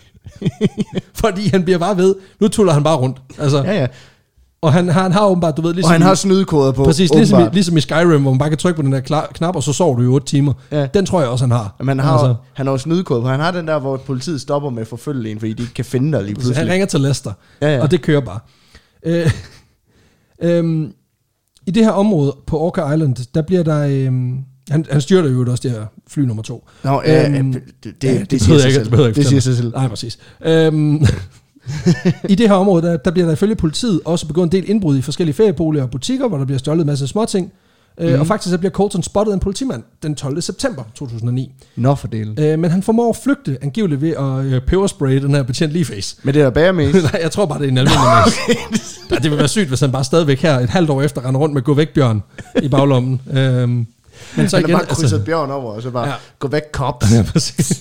Fordi han bliver bare ved. Nu tuller han bare rundt. Altså, ja, ja. Og han, han har åbenbart, du ved, ligesom og han har snydekoder på. Præcis, ligesom i, ligesom i Skyrim, hvor man bare kan trykke på den der klar, knap, og så sover du i otte timer. Ja. Den tror jeg også, han har. Men han har, altså, han har jo snydekoder på. Han har den der, hvor politiet stopper med at forfølge en, fordi de ikke kan finde dig lige pludselig. Han ringer til Lester, ja, ja. Og det kører bare. Øh, øh, I det her område på Orca Island, der bliver der... Øh, han, han styrter jo også det her fly nummer to. Nå, øh, øhm, det, det, det, det, det siger sig selv. Det, det siger sig selv. Nej, præcis. Øhm, I det her område, der, der bliver der ifølge politiet også begået en del indbrud i forskellige ferieboliger og butikker, hvor der bliver stjålet en masse småting. Mm. Øh, og faktisk så bliver Colton spottet af en politimand den tolvte september to tusind og ni. Nå for delen. Øh, men han formår at flygte angiveligt ved at øh, peberspray den her betjent lige face. Men det er bæremæs? Nej, jeg tror bare, det er en almindelig mæs. Okay. Det vil være sygt, hvis han bare stadigvæk her et halvt år efter render rundt med gå væk Bjørn i baglommen. øhm, men så han igen, bare krydset altså, Bjørn over, og så bare ja. Gå væk cops. Ja, præcis.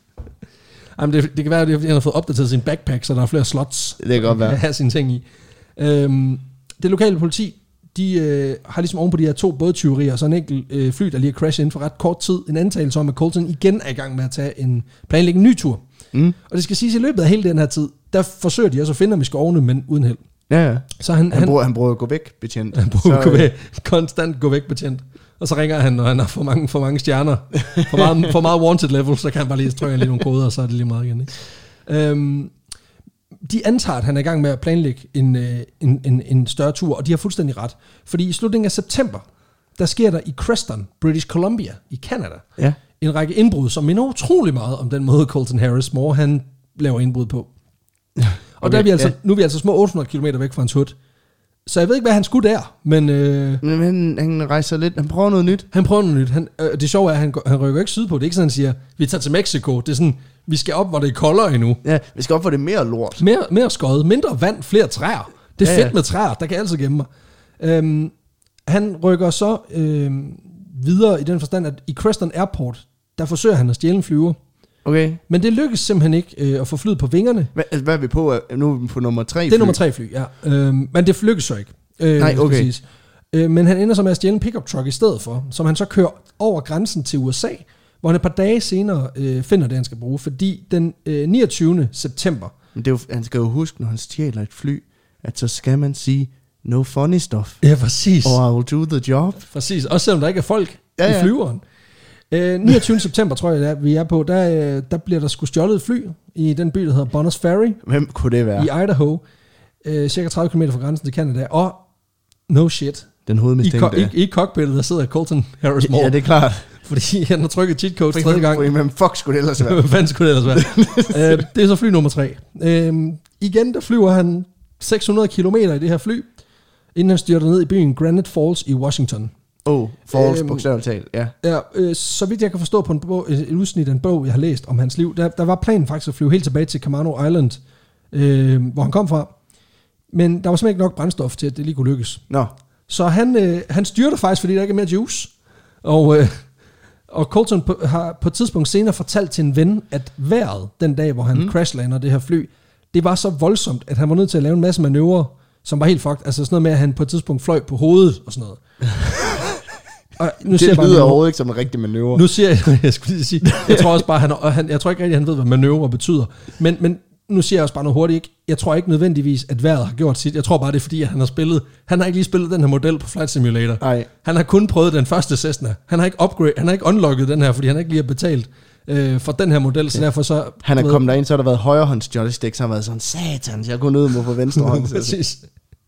Jamen, det, det kan være, at han har fået opdateret sin backpack, så der er flere slots. Det kan godt være. At have sine ting i. Øhm, det lokale politi, de øh, har ligesom oven på de her to bådtyverier, så en enkelt øh, fly, der lige er crashet inden for ret kort tid, en antagelse om, at Colton igen er i gang med at tage en planlægge en ny tur. Mm. Og det skal siges, at i løbet af hele den her tid, der forsøger de også at finde ham i skovene, men uden held. Ja, ja. Så han, han, han, bruger, han bruger gå væk betjent. Han bruger så, gå væk, konstant gå væk betjent. Og så ringer han, når han har for mange, for mange stjerner. For meget, for meget wanted level, så kan han bare lige trykke lige nogle koder, og så er det lige meget igen. Ikke? Øhm, de antager, at han er i gang med at planlægge en, en, en, en større tur, og de har fuldstændig ret. Fordi i slutningen af september, der sker der i Creston, British Columbia, i Canada, ja. En række indbrud, som minder utrolig meget om den måde, Colton Harris mor, han laver indbrud på. Okay, og der er vi altså, ja. Nu er vi altså små otte hundrede kilometer væk fra hans hud. Så jeg ved ikke, hvad han skulle der, men... Øh, men han, han rejser lidt, han prøver noget nyt. Han prøver noget nyt. Han, øh, det sjove er, at han, han rykker ikke sydpå. Det er ikke sådan, han siger, vi tager til Mexico. Det er sådan, vi skal op, hvor det er koldere endnu. Ja, vi skal op, hvor det er mere lort. Mere, mere skøjet, mindre vand, flere træer. Det er ja, fedt ja. Med træer, der kan jeg altid gemme mig. Øhm, han rykker så øh, videre i den forstand, at i Creston Airport, der forsøger han at stjæle en flyver. Okay. Men det lykkes simpelthen ikke øh, at få flyet på vingerne. Hvad, altså, hvad er vi på? Nu er vi på nummer tre fly. Det er nummer tre fly, ja. Øhm, men det lykkes så ikke. Øh, Nej, okay. Øh, men han ender så med at stjæle en pickup truck i stedet for, som han så kører over grænsen til U S A, hvor han et par dage senere øh, finder det, han skal bruge, fordi den øh, niogtyvende september... Men det er jo, han skal jo huske, når han stjæler et fly, at så skal man sige, no funny stuff. Ja, præcis. Or I will do the job. Præcis, også selvom der ikke er folk ja, ja. I flyveren. Øh, niogtyvende september, tror jeg, der, vi er på, der, der bliver der sgu stjålet et fly i den by, der hedder Bonners Ferry. Hvem kunne det være? I Idaho. Øh, cirka tredive kilometer fra grænsen til Canada. Og no shit. Den hovedmistænkte. I, i, I cockpittet, der sidder Colton Harris Moore. Ja, det er klart. fordi han har trykket cheat codes tredje gang. Fordi, men fuck skulle det ellers være? Hvad fanden skulle det ellers være? øh, det er så fly nummer tre. Øh, igen, der flyver han seks hundrede kilometer i det her fly, inden han styrter ned i byen Granite Falls i Washington. Oh, Falls, øhm, bogstaveligt talt, ja. Ja, øh, så vidt jeg kan forstå på en bog, et udsnit af en bog, jeg har læst om hans liv, der, der var planen faktisk at flyve helt tilbage til Camano Island, øh, hvor han kom fra. Men der var simpelthen ikke nok brændstof til, at det lige kunne lykkes. Nå. Så han, øh, han styrter faktisk, fordi der ikke er mere juice. Og, øh, og Colton på, har på et tidspunkt senere fortalt til en ven, at vejret den dag, hvor han mm. crashlander det her fly, det var så voldsomt, at han var nødt til at lave en masse manøvrer, som var helt fucked. Altså sådan noget med, at han på et tidspunkt fløj på hovedet og sådan noget. Og nu det siger lyder bare, overhovedet ikke som en rigtig manøvre. Nu siger jeg, jeg skulle lige sige, jeg tror også bare, han, han, jeg tror ikke rigtig, han ved, hvad manøvre betyder. Men, men nu siger jeg også bare noget hurtigt, ikke? Jeg tror ikke nødvendigvis, at vejret har gjort sit. Jeg tror bare, det er fordi, at han har spillet, han har ikke lige spillet den her model på Flight Simulator. Nej. Han har kun prøvet den første Cessna. Han har ikke upgrade, han har ikke unlocket den her, fordi han ikke lige har betalt øh, for den her model, så derfor så... Han er kommet derind, så har der været højrehånds joysticks, han har været sådan, satans, jeg går ned mod på venstre hånd. Præcis.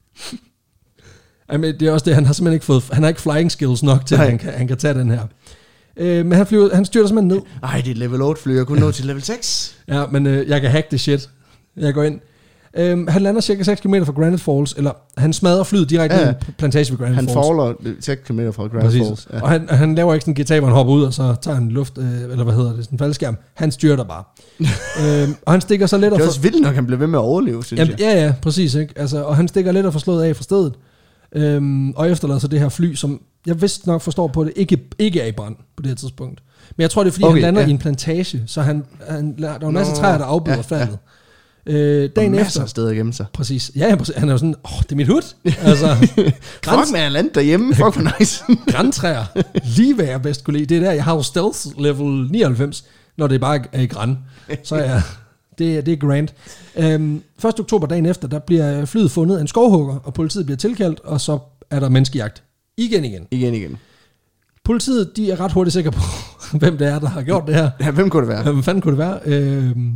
Jamen, det er også det, han har simpelthen ikke fået, han har ikke flying skills nok til, at han kan, han kan tage den her. Øh, men han, flyver, han styrter simpelthen ned. Ej, det er et level otte fly, jeg kunne nå til level seks. Ja, men øh, jeg kan hack det shit. Jeg går ind. Øh, han lander cirka seks kilometer fra Granite Falls, eller han smadrer flyet direkte ja, i en plantage ved Granite han Falls. Han fallder seks kilometer fra Granite Præcis. Falls. Ja. Og han, han laver ikke sådan en G T A, hvor han hopper ud, og så tager han luft, øh, eller hvad hedder det, sådan en faldskærm. Han styrter bare. øh, og han stikker så lidt... Det er også vildt nok, han bliver ved med at overleve, synes Jamen, jeg. Ja, ja, præcis. Ikke? Altså, og han stikker lidt og får slået af fra stedet. Øhm, og efterlader så det her fly, som jeg vist nok forstår på det, ikke, ikke er i brand på det her tidspunkt. Men jeg tror, det er fordi, okay, han lander ja. i en plantage, så han, han, der er en masse træer, der afbryder ja, faldet. Ja. Øh, dagen og efter... af steder at gemme sig. Præcis. Ja, præcis. Han er jo sådan, åh, oh, det er mit hud. Altså, græns... Fuck, man er landet derhjemme. Fuck, hvor nice. Grantræer. Lige hvad jeg bedst kunne lide. Det er der, jeg har jo stealth level nioghalvfems, når det bare er i græn. Så er det, det er grand. Øhm, første oktober, dagen efter, der bliver flyet fundet af en skovhugger, og politiet bliver tilkaldt, og så er der menneskejagt. Igen igen. Igen igen. Politiet, de er ret hurtigt sikre på, hvem det er, der har gjort det her. Ja, hvem kunne det være? Hvem fanden kunne det være? Øhm,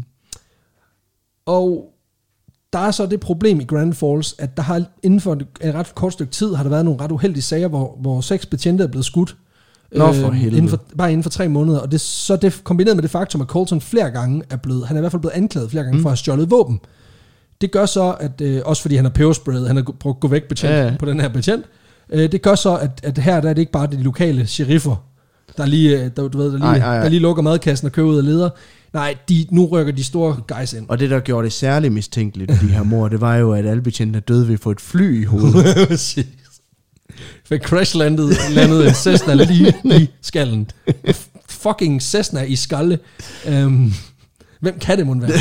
og der er så det problem i Granite Falls, at der har inden for et ret kort stykke tid, har der været nogle ret uheldige sager, hvor, hvor seks betjente er blevet skudt. Nå for øh, helvede. Inden for, bare inden for tre måneder. Og det, så det kombineret med det faktum, at Colton flere gange er blevet, han er i hvert fald blevet anklaget flere gange mm. for at have stjålet våben. Det gør så, at øh, også fordi han har pebersprayet, han har brugt gå væk betjent ja, ja. på den her betjent, øh, det gør så, at, at her der er det ikke bare de lokale sheriffer, der lige, der, du ved, der lige, ej, ej, ej. der lige lukker madkassen og køber ud af leder. Nej, de, nu rykker de store guys ind. Og det, der gjorde det særligt mistænkeligt, de her mor, det var jo, at alle betjentene døde ved at få et fly i hovedet. Præcis. For crashlandet landede en Cessna lige i skallen. Fucking Cessna i skalle. Um, hvem kan det mon være?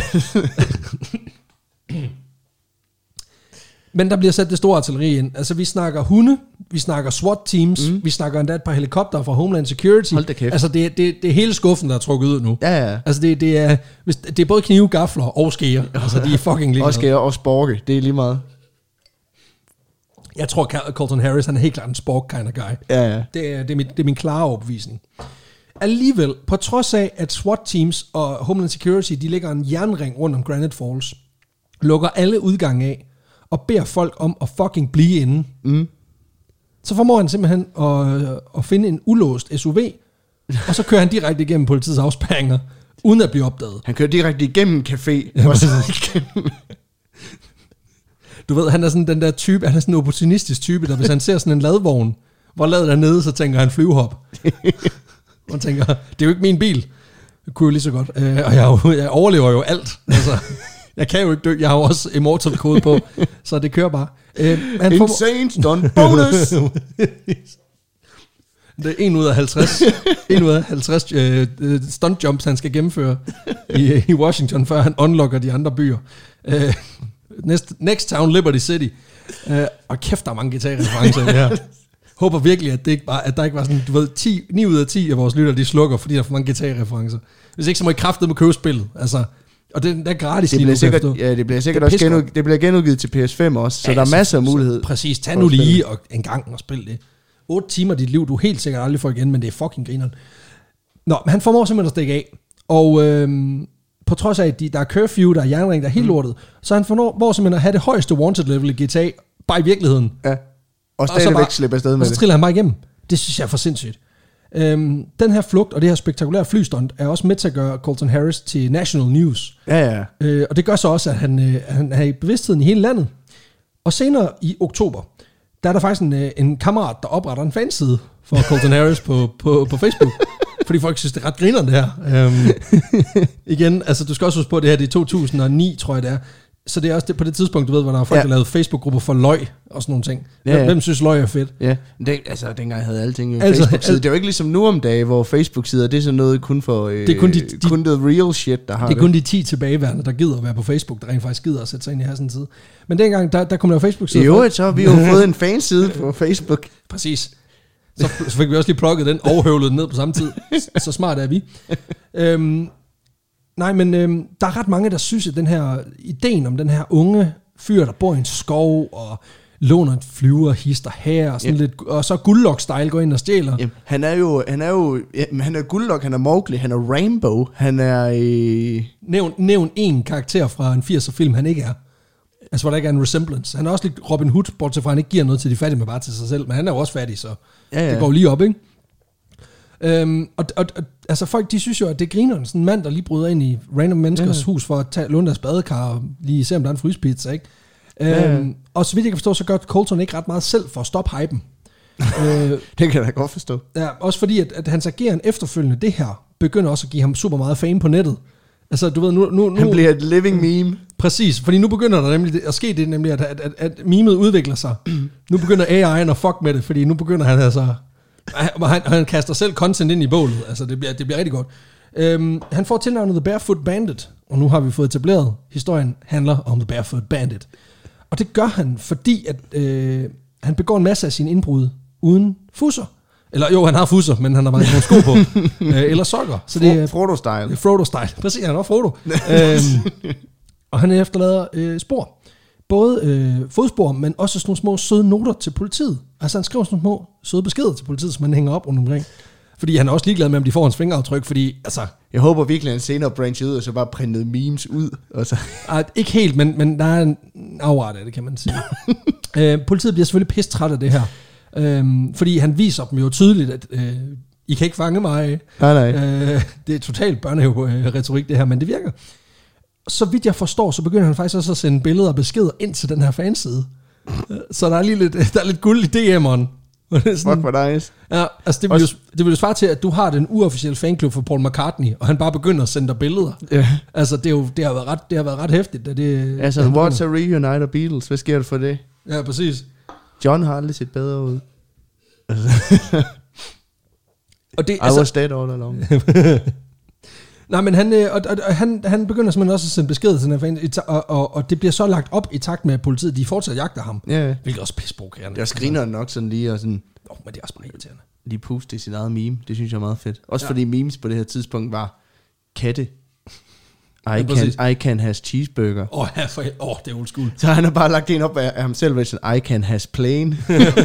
Men der bliver sat det store artilleri ind. Altså vi snakker hunde, vi snakker SWAT teams, mm. vi snakker endda et par helikopter fra Homeland Security. Hold da kæft. Altså det, det, det er hele skuffen, der er trukket ud nu. Ja, ja. Altså det, det, er, det er både knive, gafler og skeer. Altså de er fucking lige. Og skeer og sporke, det er lige meget. Jeg tror, Colton Harris, han er helt klart en spork kind of guy. Ja, ja. Det er, det er, min, det er min klare overbevisning. Alligevel, på trods af, at SWAT teams og Homeland Security, de lægger en jernring rundt om Granite Falls, lukker alle udgange af, og beder folk om at fucking blive inde. Mm. Så formår han simpelthen at, at finde en ulåst S U V, og så kører han direkte igennem politiets afspærringer, uden at blive opdaget. Han kører direkte igennem café. Ja, og så igennem. Du ved, han er sådan den der type, han er sådan en opportunistisk type, der hvis han ser sådan en ladvogn, hvor ladet er nede, så tænker han flyvehop. Og tænker, det er jo ikke min bil. Det kunne jo lige så godt. Øh, og jeg, jeg overlever jo alt. Altså, jeg kan jo ikke dø. Jeg har jo også immortal kode på, så det kører bare. Øh, han Insane stunt bonus! Det er en ud af halvtreds, en ud af halvtreds øh, stunt jumps, han skal gennemføre i, i Washington, før han unlocker de andre byer. Øh, next, next Town, Liberty City. Øh, og kæft, der er mange G T A-referencer i det her. Håber virkelig, at, det ikke bare, at der ikke var sådan, du ved, ti, ni ud af ti af vores lytter, de slukker, fordi der er for mange G T A-referencer. Hvis ikke, så må I kraftedeme med købe spillet. Altså, og det, det er gratis det lige nu, sikkert, ja, det bliver sikkert det også genud, det bliver genudgivet til P S fem også, så ja, der er masser af mulighed. Præcis, tag nu lige og en gang og spil det. otte timer af dit liv, du helt sikkert aldrig får igen, men det er fucking grineren. Nå, men han formår simpelthen at stikke af, og øhm, på trods af, at de, der er curfew, der er jernring, der er helt lortet, så han formår simpelthen at have det højeste wanted level i G T A, bare i virkeligheden. Ja, og stadigvæk slippe afsted med det. Og så triller han bare igennem. Det synes jeg er for sindssygt. Øhm, den her flugt og det her spektakulære flystunt er også med til at gøre Colton Harris til national news. Ja, ja. Øh, og det gør så også, at han, øh, han er i bevidstheden i hele landet. Og senere i oktober, der er der faktisk en, øh, en kammerat, der opretter en fanside for Colton Harris på, på, på Facebook. Fordi folk synes, det er ret grinerende det her. Øhm, igen, altså du skal også huske på, at det her det er to tusind og ni, tror jeg det er. Så det er også det, på det tidspunkt, du ved, hvor der er folk, ja. der lavede Facebook-grupper for løg og sådan nogle ting. Ja, ja. Hvem synes løg er fedt? Ja, det, altså dengang havde alting jo altså, Facebook-side. Det er jo ikke ligesom nu om dagen, hvor Facebook-sider, det er sådan noget kun for øh, det er kun, de, de, kun det real shit, der har det. Det er kun de ti tilbageværende, der gider at være på Facebook, der rent faktisk gider at sætte sig ind i her sådan en side. Men dengang, der, der kom der jo Facebook-side. Jo, så har vi jo fået en fanside på Facebook. Præcis. Så, så fik vi også lige plukket den og høvlet den ned på samme tid. Så smart er vi. Øhm, nej, men øhm, der er ret mange, der synes, at den her ideen om den her unge fyr, der bor i en skov og låner en flyver, hister her og sådan yep. lidt, og så Guldlok-style går ind og stjæler. Jamen, han er jo, han er jo, jamen, han er Guldlok, han er Mowgli, han er Rainbow, han er... Øh... Nævn, nævn en karakter fra en firser film, han ikke er. Altså, hvor der ikke er en resemblance. Han er også lidt Robin Hood, bortset fra, han ikke giver noget til de fattige, men bare til sig selv. Men han er jo også fattig, så ja, ja. Det går lige op, ikke? Øhm, og, og, og altså, folk, de synes jo, at det griner sådan en mand, der lige bryder ind i random menneskers ja. hus for at tage, låne deres badekar og lige se, om der er en frysepizza, ikke? Ja. Øhm, og så vidt jeg kan forstå, så gør Colton ikke ret meget selv for at stoppe hypen. øh, det kan jeg da godt forstå. Ja, også fordi, at, at hans ageren efterfølgende det her, begynder også at give ham super meget fame på nettet. Altså, du ved, nu... nu, nu han bliver et living meme. Præcis, fordi nu begynder der nemlig at ske det, nemlig at, at, at, at memet udvikler sig. Nu begynder A I'en at fuck med det, fordi nu begynder han altså... Han, han kaster selv content ind i bålet, altså det bliver, det bliver rigtig godt. Øhm, han får tilnavnet The Barefoot Bandit, og nu har vi fået etableret, historien handler om The Barefoot Bandit. Og det gør han, fordi at øh, han begår en masse af sine indbrud uden fusser. Eller jo, han har fusser, men han har bare nogle sko på. øh, eller sokker. Så det er Frodo-style. Frodo-style. Præcis, han var Frodo. øhm, og han efterlader øh, spor. Både øh, fodspor, men også sådan nogle små søde noter til politiet. Altså han skriver sådan nogle små søde beskeder til politiet, som han hænger op rundt omkring. Fordi han er også ligeglad med, om de får hans fingeraftryk, fordi altså... Jeg håber virkelig, at han senere brancher ud, og så bare printede memes ud. Og så. Ah, ikke helt, men, men der er en afret af det, kan man sige. øh, politiet bliver selvfølgelig pisse træt af det her. Øhm, fordi han viser dem jo tydeligt, at øh, I kan ikke fange mig. Nej, nej. Øh, det er totalt børnehave-retorik det her, men det virker. Så vidt jeg forstår, så begynder han faktisk også at sende billeder og beskeder ind til den her fanside. Så der er lige lidt, der er lidt guld i D M'eren. Fuck for nice. Ja, altså det vil, jo, det vil jo svare til, at du har den uofficielle fanklub for Paul McCartney, og han bare begynder at sende dig billeder. Yeah. Altså det, er jo, det, har været ret, det har været ret hæftigt. Da det, altså, what's a reunite of Beatles? Hvad sker der for det? Ja, præcis. John har aldrig set bedre ud. og det, I altså, was dead all along. Nej, men han, og, og, og han, han begynder simpelthen også at sende beskeder til den her fan, og, og, og det bliver så lagt op i takt med, at politiet de fortsat jagter ham. Ja. Hvilket også pisseprovokerende. Jeg screener nok sådan lige og sådan... Åh, oh, men det er også bare irriterende. Lige puste i sin eget meme. Det synes jeg er meget fedt. Også ja. Fordi memes på det her tidspunkt var katte. I, ja, can, I can has cheeseburger. Åh, oh, ja, for, oh, det er old school. Så han har bare lagt en op af, af ham selv, ved sådan, I can has plain.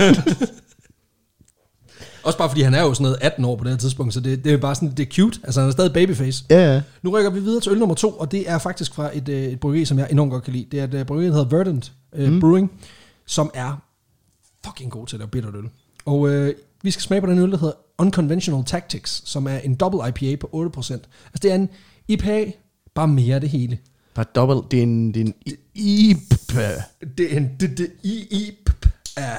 Også bare fordi han er jo sådan noget atten år på det her tidspunkt, så det, det er bare sådan, det er cute. Altså han er stadig babyface. Ja, ja. Nu rykker vi videre til øl nummer to, og det er faktisk fra et, et bryggeri, som jeg enormt godt kan lide. Det er et bryggeri, der hedder Verdant uh, mm. Brewing, som er fucking god til at lave bittert øl. Og uh, vi skal smage på den øl, der hedder Unconventional Tactics, som er en double I P A på otte procent. Altså det er en I P A, bare mere af det hele. Bare double, det er en, det er en I P A. Det er en I P A.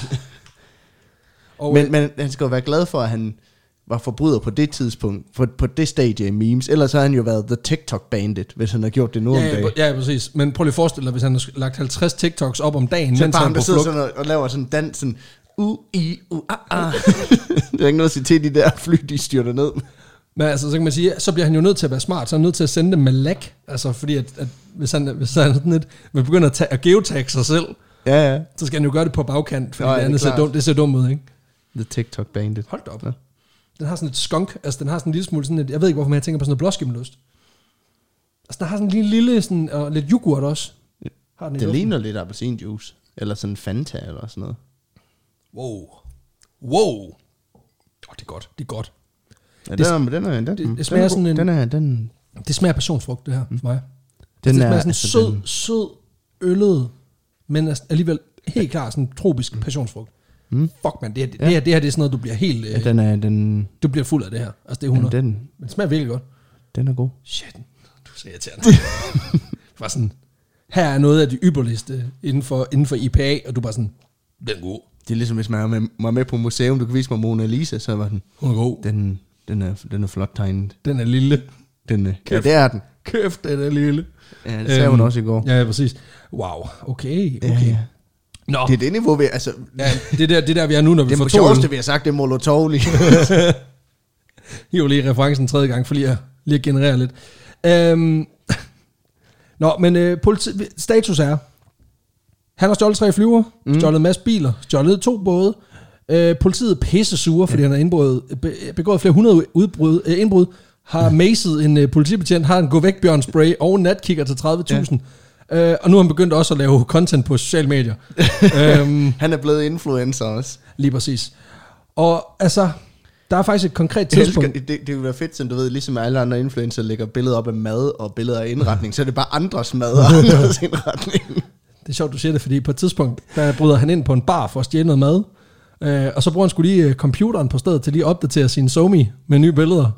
Og men, men han skal jo være glad for, at han var forbryder på det tidspunkt, for, på det stadie i memes. Ellers har han jo været the TikTok bandit, hvis han har gjort det nu ja, om dagen. Ja, præcis. Men prøv lige at forestille dig, hvis han har lagt halvtreds TikToks op om dagen, så mens han på flugt. Sådan og, og laver sådan dans, sådan u i u a a. Det er ikke noget at sige til, de der fly, de styrter ned. Men altså, så kan man sige, så bliver han jo nødt til at være smart, så er han nødt til at sende dem med lag. Altså, fordi at, at hvis han, hvis han sådan lidt, vil begynde at, tage, at geotag sig selv, ja, ja. Så skal han jo gøre det på bagkant, fordi Nå, det andet det ser dumt, det ser dumt ud, ikke? The TikTok bandit. Hold da op. Ja. Den har sådan et skunk, altså den har sådan en lille smule sådan et, jeg ved ikke hvorfor, men jeg tænker på sådan noget blåskimmelost. Altså den har sådan en lille, lille sådan, og lidt yoghurt også. Har den det ligner lidt appelsinjuice, eller sådan Fanta eller sådan noget. Wow. Wow. Åh, oh, det er godt, det er godt. Ja, det, den er, den er, den, det, det smager den sådan en, den er, den, det smager passionfrugt, det her, for mig. Den det smager er, sådan altså sød, den, sød, øllet, men alligevel helt klart sådan tropisk mm. passionsfrugt. Mm. Fuck, man, det, det, ja. det, her, det her det er sådan noget, du bliver helt... Øh, ja, den er, den... Du bliver fuld af det her. Altså, det er hundrede. Den, Men det smager virkelig godt. Den er god. Shit, du er så irriterende. Det var sådan, her er noget af det ypperligste inden for, inden for I P A, og du bare sådan, den er god. Det er ligesom, hvis man er med, var med på museum, du kan vise mig Mona Lisa, så var den... Hun er god. Den, den, er, den er flot tegnet. Den er lille. Den er, ja, det er den. Kæft, den er lille. Ja, det sagde øhm, hun også i går. Ja, præcis. Wow, okay, okay. Ja, ja. Nå. Det er det niveau, vi... Altså, ja, det der, det der, vi er nu, når vi det får to... Det sjoveste, vi har sagt, det er Molotov lige. Hiv lige referencen tredje gang, for lige at, lige at generere lidt. Øhm, Nå, men øh, politi- status er, han har stjålet tre flyver, mm. stjålet en masse biler, stjålet to både. Øh, politiet er pisse sure, fordi ja. han har indbrud, be, begået flere hundrede udbrud, øh, indbrud, har macet en øh, politibetjent, har en gå væk Bjørn spray og en natkigger til tredive tusind. Ja. Øh, og nu har han begyndt også at lave content på sociale medier. øhm, han er blevet influencer også. Lige præcis. Og altså... Der er faktisk et konkret tidspunkt. Elsker, det, det vil være fedt, som du ved, ligesom alle andre influencer lægger billeder op af mad og billeder af indretning, så er det bare andres mad og andres indretning. Det er sjovt, du siger det, fordi på et tidspunkt, der bryder han ind på en bar for at stjæle noget mad, øh, og så bruger han sgu lige computeren på stedet til lige at opdatere sin SoMe med nye billeder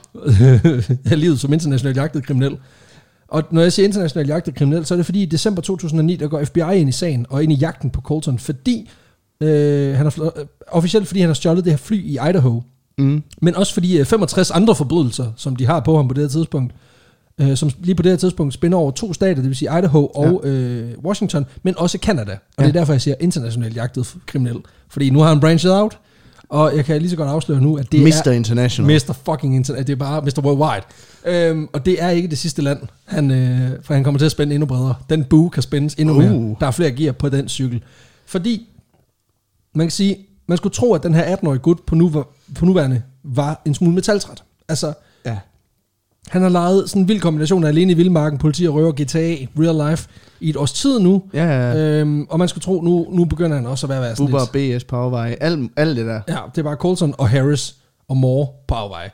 af livet som internationalt jagtet kriminel. Og når jeg siger internationalt jagtet kriminel, så er det fordi i december to tusind og ni, der går F B I ind i sagen og ind i jagten på Colton, fordi øh, han har, officielt fordi han har stjålet det her fly i Idaho. Mm. Men også fordi femogtres andre forbrydelser, som de har på ham på det her tidspunkt, øh, som lige på det her tidspunkt spænder over to stater, det vil sige Idaho og ja. øh, Washington, men også Canada. Og ja. det er derfor, jeg siger internationalt jagtet kriminel. Fordi nu har han branchet out, og jeg kan lige så godt afsløre nu, at det mister er... International. mister fucking International. Det er bare mister Worldwide. Øhm, og det er ikke det sidste land, han, øh, for han kommer til at spænde endnu bredere. Den bue kan spændes endnu uh. mere. Der er flere gear på den cykel. Fordi, man kan sige... Man skulle tro, at den her atten-årige gut på, nu, på nuværende var en smule metaltræt. Altså, ja. Han har lejet sådan en vild kombination af Alene i Vildmarken, Politi og Røver, G T A, Real Life i et års tid nu. Ja, ja. Øhm, og man skulle tro, nu, nu begynder han også at være, være sådan Bubber, lidt... B S på afveje, alt, alt det der. Ja, det er bare Colton og Harris og Moore på afveje.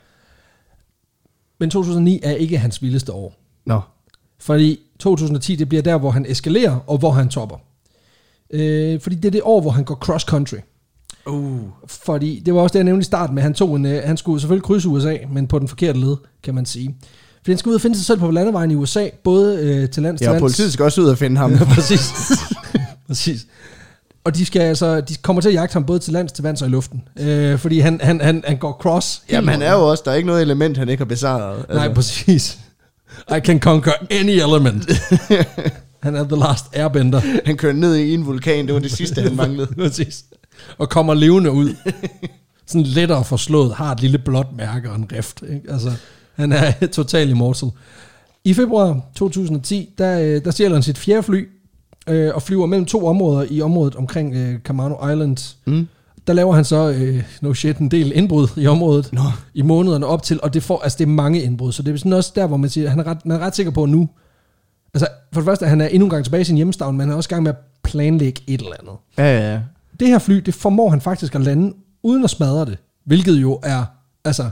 Men to tusind og ni er ikke hans vildeste år. Nå. Fordi to tusind og ti, det bliver der, hvor han eskalerer, og hvor han topper. Øh, fordi det er det år, hvor han går cross-country. Uh. Fordi det var også det, jeg nævnte i starten med, han tog en, uh, han skulle selvfølgelig krydse U S A, men på den forkerte led, kan man sige. Fordi han skulle ud og finde sig selv på landevejen i U S A, både uh, til lands til ja, lands. Ja, politiet skal også ud og finde ham. Ja, præcis. præcis. Og de skal altså, de kommer til at jagte ham både til lands, til vands og i luften. Uh, fordi han, han, han, han går cross. Jamen han er jo også, der er ikke noget element, han ikke har besejret. Altså. Nej, præcis. I can conquer any element. Han er the last airbender. Han kører ned i en vulkan, det var det sidste, han manglede. Præcis. Og kommer levende ud. Sådan lettere forslået, har et lille blåt mærke og en rift. Ikke? Altså, han er totalt immortal. I februar to tusind og ti, der, der stjæler han sit fjerde fly, øh, og flyver mellem to områder i området omkring øh, Camano Island. Mm. Der laver han så, øh, no shit, en del indbrud i området no. i månederne op til, og det, får, altså, det er mange indbrud, så det er sådan også der, hvor man siger, han er ret, man er ret sikker på nu, altså for det første, at han er endnu en gang tilbage i sin hjemstavn, men han er også i gang med at planlægge et eller andet. Ja, ja, ja. Det her fly, det formår han faktisk at lande, uden at smadre det. Hvilket jo er, altså...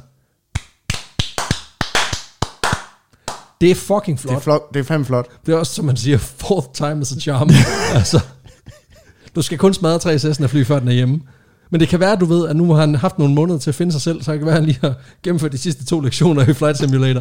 Det er fucking flot. Det er, flot, det er fandme flot. Det er også, som man siger, fourth time is a charm. altså, du skal kun smadre tre Cessna-fly, før den er hjemme. Men det kan være, du ved, at nu har han haft nogle måneder til at finde sig selv, så det kan være, at han lige har gennemført de sidste to lektioner i Flight Simulator.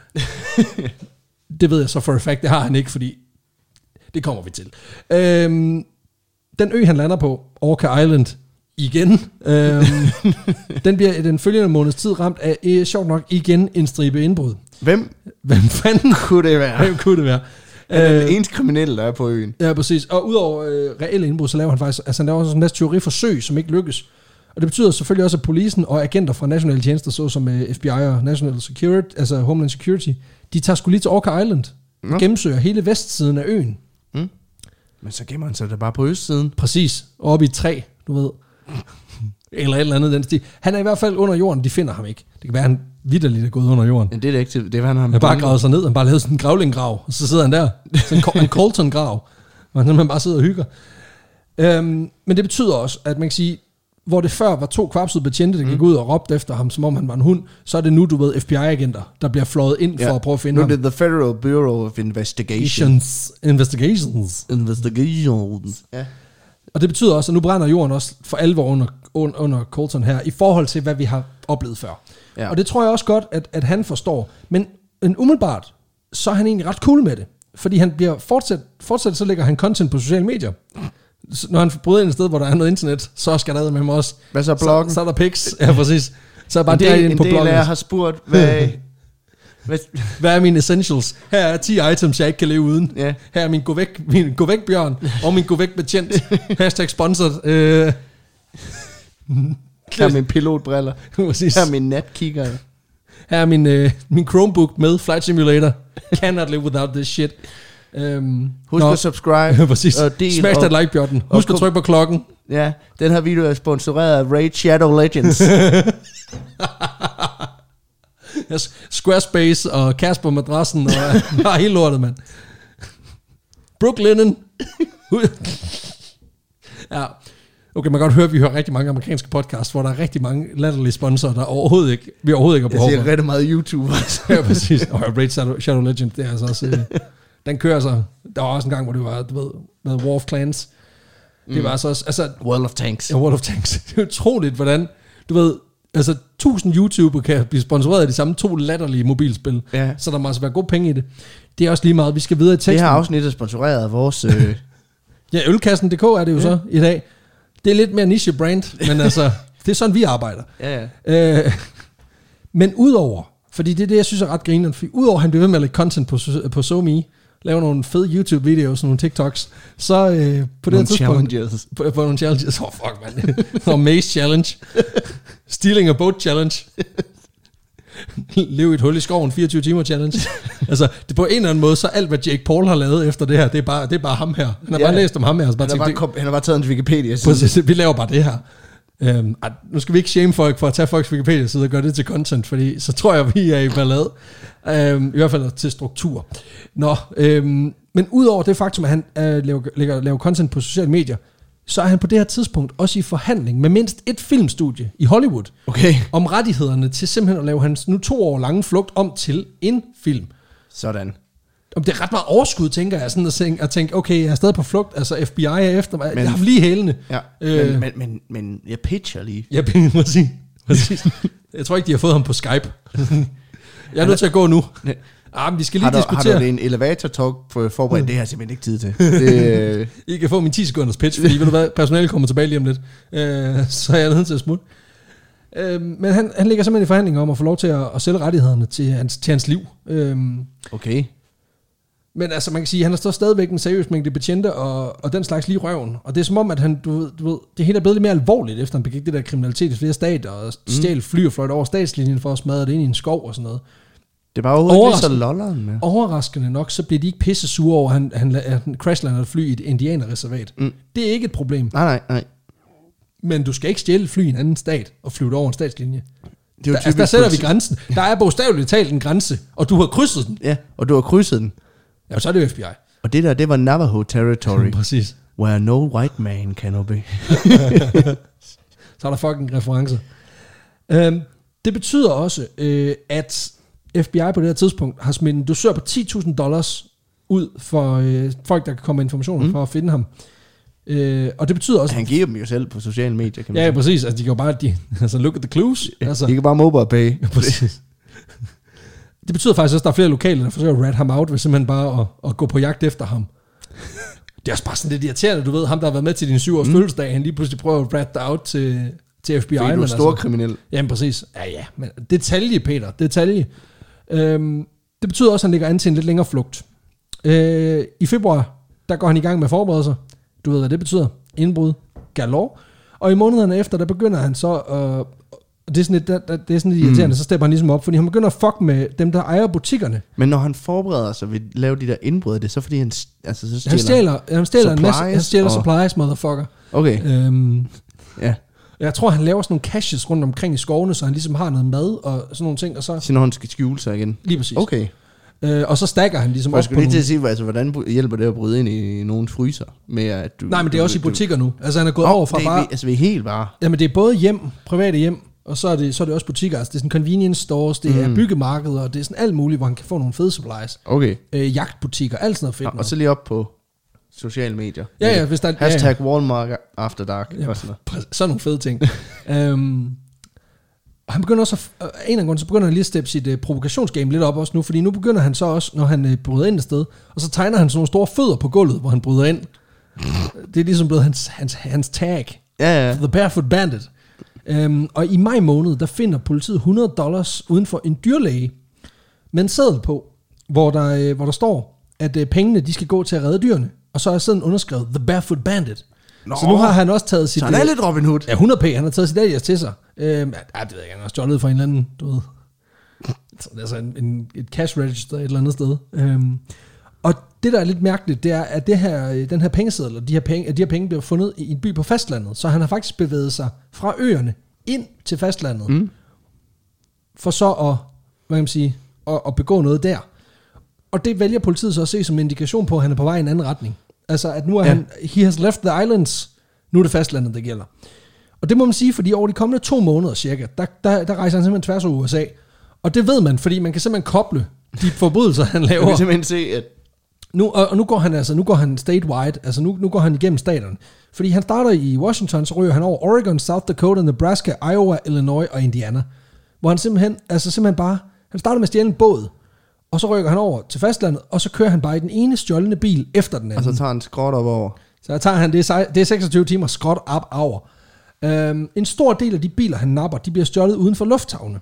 Det ved jeg så for a fact, det har han ikke, fordi det kommer vi til. Øhm, den ø, han lander på, Orca Island, igen, øhm, den bliver den følgende måneds tid ramt af, eh, sjovt nok, igen en stribe indbrud. Hvem? Hvem fanden kunne det være? Hvem kunne det være? Han er den eneste kriminelle, der er på øen. Ja, præcis. Og udover øh, reelle indbrud, så laver han faktisk, altså han laver også en masse teoriforsøg, som ikke lykkes. Og det betyder selvfølgelig også, at polisen og agenter fra nationale tjenester, såsom øh, F B I og National Security, altså Homeland Security, de tager sgu lige til Orca Island, mm. gennemsøger hele vestsiden af øen. Mm. Men så gemmer han sig da bare på østsiden. Præcis. Og oppe i et træ, du ved. Eller et eller andet den stil. Han er i hvert fald under jorden, de finder ham ikke. Det kan være, han vitterligt er gået under jorden. Men det er det ikke til. Det var han har han bare gravet sig ned, han bare lavede sådan en gravlinggrav, og så sidder han der. Sådan en, en Colton-grav, hvor han bare sidder og hygger. Øhm, men det betyder også, at man kan sige, hvor det før var to kvapsede betjente, der gik mm. ud og råbte efter ham, som om han var en hund, så er det nu, du ved, F B I-agenter, der bliver fløjet ind ja. for at prøve at finde nu ham. Nu er det The Federal Bureau of Investigations. Investigations. Investigations. Ja. Og det betyder også, at nu brænder jorden også for alvor under, under Colton her, i forhold til, hvad vi har oplevet før. Ja. Og det tror jeg også godt, at, at han forstår. Men en umiddelbart, så er han egentlig ret cool med det. Fordi han bliver fortsat, fortsat så lægger han content på sociale medier. Når han bryder ind et sted, hvor der er noget internet, så skal der med ham også. Hvad så bloggen? Så, så er der pics. Ja, præcis. Så er bare en der del, ind på bloggen. En del af jer har spurgt, hvad... hvad, hvad er mine essentials? Her er ti items, jeg ikke kan leve uden. Ja. Her er min gå væk, min gå væk bjørn, og min gå væk betjent. Hashtag sponsored. Øh. Her er mine pilotbriller. Præcis. Her er min natkigger. Her er min, øh, min Chromebook med Flight Simulator. Cannot live without this shit. Um, Husk no. at subscribe. Præcis. Og del. Smash that like-button. Husk at trykke på klokken. Ja, den her video er sponsoreret af Raid Shadow Legends. Squarespace og Kasper madrassen og bare hele lortet, mand. Brooklinen. Ja. Okay, man kan godt høre, at vi hører rigtig mange amerikanske podcasts, hvor der er rigtig mange latterlige sponsorer, der overhovedet ikke, vi overhovedet ikke har behov for. Jeg ser rigtig meget YouTube også. Ja, præcis. Og Raid Shadow, Shadow Legends, det er altså også... Øh, den kører så... Der var også en gang, hvor det var, du ved, med War of Clans. Det mm. var altså også... Altså, World of Tanks. Ja, World of Tanks. Det er utroligt, hvordan... Du ved, altså tusind YouTuber kan blive sponsoreret af de samme to latterlige mobilspil. Ja. Så der må altså være gode penge i det. Det er også lige meget, vi skal videre i teksten. Det her afsnit er sponsoreret af vores... Øh... ja, ølkassen punktum d k er det jo ja. Så i dag. Det er lidt mere niche brand, men altså, det er sådan, vi arbejder. Ja, ja. Øh, men udover, fordi det er det, jeg synes er ret grinerende, fordi udover, at han bliver ved med at lægge content på, på SoMe, lave nogle fede YouTube-videoer, nogle TikToks, så øh, på det her tidspunkt... Challenges. På, på nogle challenges. Åh, oh, fuck, man. Nogle Maze Challenge. Stealing a Boat Challenge. Lev i et hul i skoven, fireogtyve timer challenge. Altså, det på en eller anden måde, så alt, hvad Jake Paul har lavet efter det her, det er bare, det er bare ham her. Han har ja. bare læst om ham her. Så bare han, har tænkt, bare, det, han har bare taget en Wikipedia. Præcis, vi laver bare det her. Um, at, nu skal vi ikke shame folk for at tage folks Wikipedia-side og gøre det til content, fordi så tror jeg, vi er i ballade. Um, I hvert fald til struktur. Nå, um, men udover det faktum, at han uh, laver, laver, laver content på sociale medier, så er han på det her tidspunkt også i forhandling med mindst et filmstudie i Hollywood. Okay. Om rettighederne til simpelthen at lave hans nu to år lange flugt om til en film. Sådan. Om det er ret meget overskud, tænker jeg, sådan at tænke, at tænke okay, jeg er stadig på flugt, altså F B I er efter mig, men, jeg har lige hælene. Ja, øh, men, men, men, men jeg pitcher lige. Ja, præcis. præcis. Jeg tror ikke, de har fået ham på Skype. Jeg er nødt til at gå nu. Ah, men vi skal lige har du, diskutere. Har du en elevator talk for forberedt? Mm. Det har jeg simpelthen ikke tid til. Det, I kan få min ti sekunders pitch, fordi ved du hvad, personalet kommer tilbage lige om lidt. Uh, så er jeg nødt til at smutte. Uh, men han, han ligger simpelthen i forhandlinger om at få lov til at, at sælge rettighederne til hans, til hans liv. Uh, okay. Men altså, man kan sige, at han har stået stadigvæk en seriøs mængde betjente og, og den slags lige røven. Og det er som om, at han, du ved, du ved, det hele er blevet lidt mere alvorligt, efter han begik det der kriminalitet i flere stater, og stjal mm. fly og fløjt over statslinjen for at smadre det ind i en skov og sådan noget. Det var overhovedet ikke så lolleren med. Overraskende nok, så bliver de ikke pisse sure over, at han, han, han crashlander et fly i et indianerreservat. Mm. Det er ikke et problem. Nej, nej, nej. Men du skal ikke stjæle et fly i en anden stat og flyve det over en statslinje. Det er der, altså, der sætter vi grænsen. Der er bogstaveligt talt en grænse, og du har krydset den. Ja, og du har krydset den. Ja, så er det jo F B I. Og det der, det var Navajo territory. Præcis. Where no white man can obey. Så er der fucking referencer. Øhm, det betyder også, øh, at F B I på det her tidspunkt har smidt en dusør på ti tusind dollars ud for øh, folk, der kan komme med informationer mm. for at finde ham. Øh, og det betyder også... Han giver dem jo selv på sociale medier, kan man Ja, sige. præcis. Altså, de kan jo bare... De, altså, look at the clues. Ja, altså. De kan bare mobile pay. Ja, præcis. Det betyder faktisk også, at der er flere lokale, der forsøger at rat ham out, ved simpelthen bare at, at gå på jagt efter ham. Det er også bare sådan lidt irriterende, du ved, ham der har været med til din syv års mm. fødselsdag, han lige pludselig prøver at rat dig out til, til F B I. Fordi du er stor kriminel. Altså, jamen præcis. Ja, ja. Men detalje, Peter. Detalje. Øhm, det betyder også, at han ligger an til en lidt længere flugt. Øh, I februar, der går han i gang med forberedelser. Du ved, hvad det betyder. Indbrud. Galore. Og i månederne efter, der begynder han så at... Det er sådan lidt, det, det er sådan lidt irriterende, mm. så stepper han ligesom op, fordi han begynder at fuck med dem, der ejer butikkerne. Men når han forbereder sig ved at lave de der indbrud, det er så fordi han, altså, så stjæler, han stjæler, han stjæler en masse, han stjæler og... supplies, motherfucker. Okay. Øhm, ja. Jeg tror, han laver sådan nogle caches rundt omkring i skovene, så han ligesom har noget mad og sådan nogle ting. Og så, så når han skal skjule sig igen? Lige præcis. Okay. Øh, og så stacker han ligesom op på nogle... Jeg skulle lige til at sige, altså, hvordan hjælper det at bryde ind i nogen fryser? Med, at du, Nej, men det er du, også du, i butikker nu. Altså han er gået oh, over fra det er, bare... Altså vi er helt bare... Jamen det er både hjem, private hjem, og så er det, så er det også butikker. Altså det er sådan convenience stores, det mm. er byggemarkeder, og det er sådan alt muligt, hvor han kan få nogle fede supplies. Okay. Øh, jagtbutikker, alt sådan noget fedt. Og, og så lige op på sociale medier. Ja, ja, hvis der Hashtag ja, ja. Walmart After Dark. Ja, og sådan noget. sådan nogle fede ting. um, han begynder også, at, en eller anden grund, så begynder han lige at steppe sit uh, provokationsgame lidt op også nu, fordi nu begynder han så også, når han uh, bryder ind et sted, og så tegner han sådan nogle store fødder på gulvet, hvor han bryder ind. Det er ligesom blevet hans, hans, hans tag. Ja, ja. The Barefoot Bandit. Um, og i maj måned, der finder politiet hundrede dollars uden for en dyrlæge, med en seddel på, hvor der, uh, hvor der står, at uh, pengene, de skal gå til at redde dyrene. Og så er sedlen underskrevet The Barefoot Bandit. Nå, så nu har han også taget sit... Så han er lidt Robin Hood. Ja, hundrede p. Han har taget sit alias til sig. Øhm, ja, det ved jeg ikke. Han har stjålet fra en eller anden, du ved... Altså en, en, et cash register et eller andet sted. Øhm, og det, der er lidt mærkeligt, det er, at det her, den her pengeseddel, og de her penge, de her penge bliver fundet i en by på fastlandet. Så han har faktisk bevæget sig fra øerne ind til fastlandet. Mm. For så at, hvad kan man sige, at, at begå noget der. Og det vælger politiet så at se som en indikation på, at han er på vej i en anden retning. Altså, at nu er ja. han, he has left the islands, nu er det fastlandet, der gælder. Og det må man sige, fordi over de kommende to måneder cirka, der, der, der rejser han simpelthen tværs over U S A. Og det ved man, fordi man kan simpelthen koble de forbrydelser, han laver. Man kan simpelthen se, at... Nu, og, og nu går han altså, nu går han statewide, altså nu, nu går han igennem staterne. Fordi han starter i Washington, så ryger han over Oregon, South Dakota, Nebraska, Iowa, Illinois og Indiana. Hvor han simpelthen, altså simpelthen bare, han starter med at stjæle en båd, og så rykker han over til fastlandet, og så kører han bare i den ene stjålne bil efter den anden. Og så tager han skråt op over. Så tager han, det er, det er seksogtyve timer skråt op over. Um, en stor del af de biler, han napper, de bliver stjålet uden for lufthavne.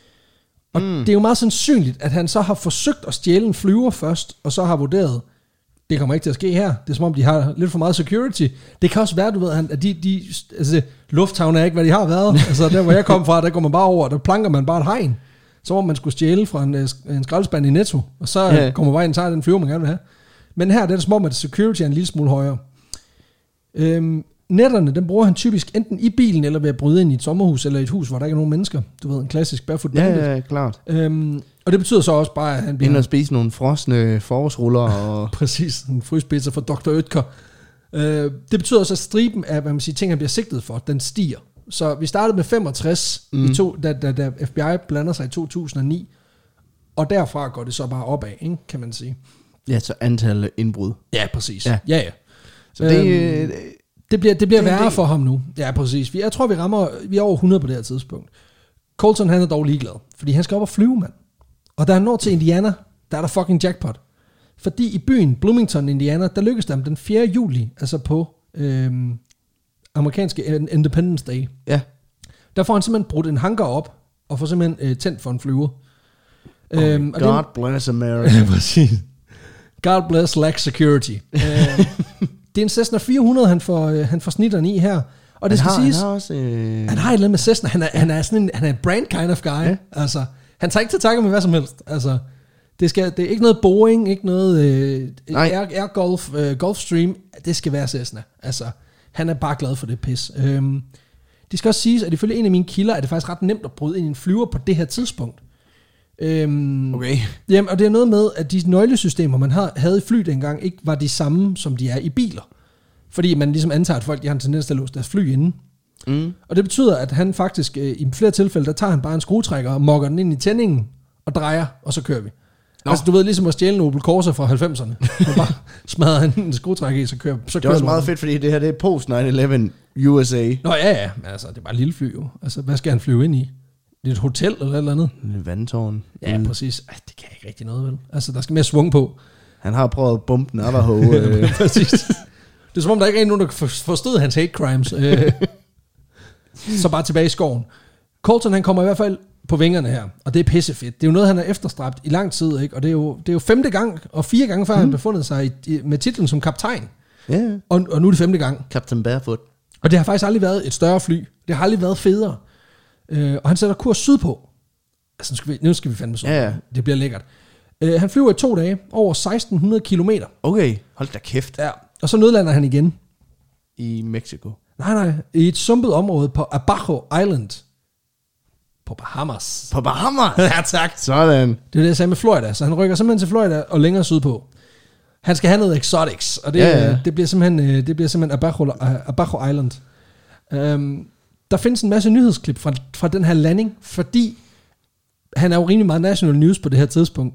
Og mm. det er jo meget sandsynligt, at han så har forsøgt at stjæle en flyver først, og så har vurderet, det kommer ikke til at ske her. Det er som om, de har lidt for meget security. Det kan også være, du ved, at de, de altså, lufthavne er ikke, hvad de har været. Altså der, hvor jeg kom fra, der går man bare over, der planker man bare et hegn. Så må man skulle stjæle fra en, en skraldespand i Netto, og så yeah. kommer vejen tager den flyver, man gerne vil have. Men her det er det som om, at security er en lille smule højere. Øhm, netterne, den bruger han typisk enten i bilen, eller ved at bryde ind i et sommerhus, eller et hus, hvor der ikke er nogen mennesker. Du ved, en klassisk barefoot bandit. Ja, ja, klart. Øhm, og det betyder så også bare, at han bliver... Inden at spise nogle frosne forårsruller og... Præcis, en fryspizza fra doktor Oetker. Øh, det betyder også, at striben af, hvad man siger, ting, han bliver sigtet for, den stiger. Så vi startede med femogtres, mm. i to, da, da, da F B I blander sig i to tusind og ni, og derfra går det så bare opad, ikke, kan man sige. Ja, så antallet indbrud. Ja, præcis. Ja, ja. ja. Så det, øhm, det bliver, det bliver det, værre det. for ham nu. Ja, præcis. Jeg tror, vi rammer, vi er over hundrede på det her tidspunkt. Colton, han er dog ligeglad, fordi han skal op og flyve, mand. Og da han når til Indiana, der er der fucking jackpot. Fordi i byen Bloomington, Indiana, der lykkedes dem den fjerde juli, altså på øhm, amerikanske Independence Day. Ja. Der får han simpelthen brudt en hangar op, og får simpelthen øh, tændt for en flyver. Oh øhm, God det, bless America. Ja, præcis. God bless lack security. øh, det er en Cessna fire hundrede, han får, øh, han får snitteren i her. Og det han skal har, siges, han har også... Øh... Han har et eller andet med Cessna. Han er, ja. han er sådan en, han er en brand kind of guy. Ja. Altså, han tager ikke til takke med hvad som helst. Altså, det, skal, det er ikke noget Boeing, ikke noget øh, Air, Air Golf, øh, Gulfstream. Det skal være Cessna. Altså, han er bare glad for det pis. Øhm, det skal også siges, at ifølge en af mine kilder, er det faktisk ret nemt at bryde ind i en flyver på det her tidspunkt. Øhm, okay. Jamen, og det er noget med, at de nøglesystemer, man havde i fly dengang, ikke var de samme, som de er i biler. Fordi man ligesom antager, at folk de har en tendens til at låse deres fly inde. Mm. Og det betyder, at han faktisk, øh, i flere tilfælde, der tager han bare en skruetrækker og mokker den ind i tændingen, og drejer, og så kører vi. Nå. Altså, du ved, ligesom at stjæle en Opel Corsa fra halvfemserne. Man bare smadrer han en skruetrækker i, så kører, så kører det er også meget fedt, fordi det her, det er post nine eleven U S A. Nå ja, ja, men altså, det er bare et lille fly jo. Altså, hvad skal han flyve ind i? Det er et hotel eller et eller andet? En vandtårn. Ja, mm. præcis. Ej, det kan ikke rigtig noget, vel? Altså, der skal mere svung på. Han har prøvet at bombe Navajo. øh. Præcis. Det er som om, der ikke er nogen, der forstod hans hate crimes. Så bare tilbage i skoven. Colton, han kommer i hvert fald på vingerne her, og det er pissefedt. Det er jo noget, han har efterstræbt i lang tid, ikke? Og det er jo, det er jo femte gang, og fire gange før mm. han befundet sig i, med titlen som kaptajn. Yeah. Og, og nu er det femte gang. Captain Barefoot. Og det har faktisk aldrig været et større fly. Det har aldrig været federe. Øh, og han sætter kurs sydpå. Altså, nu skal vi, nu skal vi fandme sådan. Ja, ja. Det bliver lækkert. Øh, han flyver i to dage over seksten hundrede kilometer. Okay, hold da kæft. Ja, og så nødlander han igen. I Mexico? Nej, nej. I et sumpet område på Abajo Island. På Bahamas. På Bahamas? Ja, tak. Sådan. Det er det, jeg sagde med Florida. Så han rykker simpelthen til Florida og længere sydpå. Han skal have noget exotics, og det, ja, ja. det bliver simpelthen, det bliver simpelthen Abajo, Abajo Island. Um, der findes en masse nyhedsklip fra, fra den her landing, fordi han er jo rimelig meget national news på det her tidspunkt.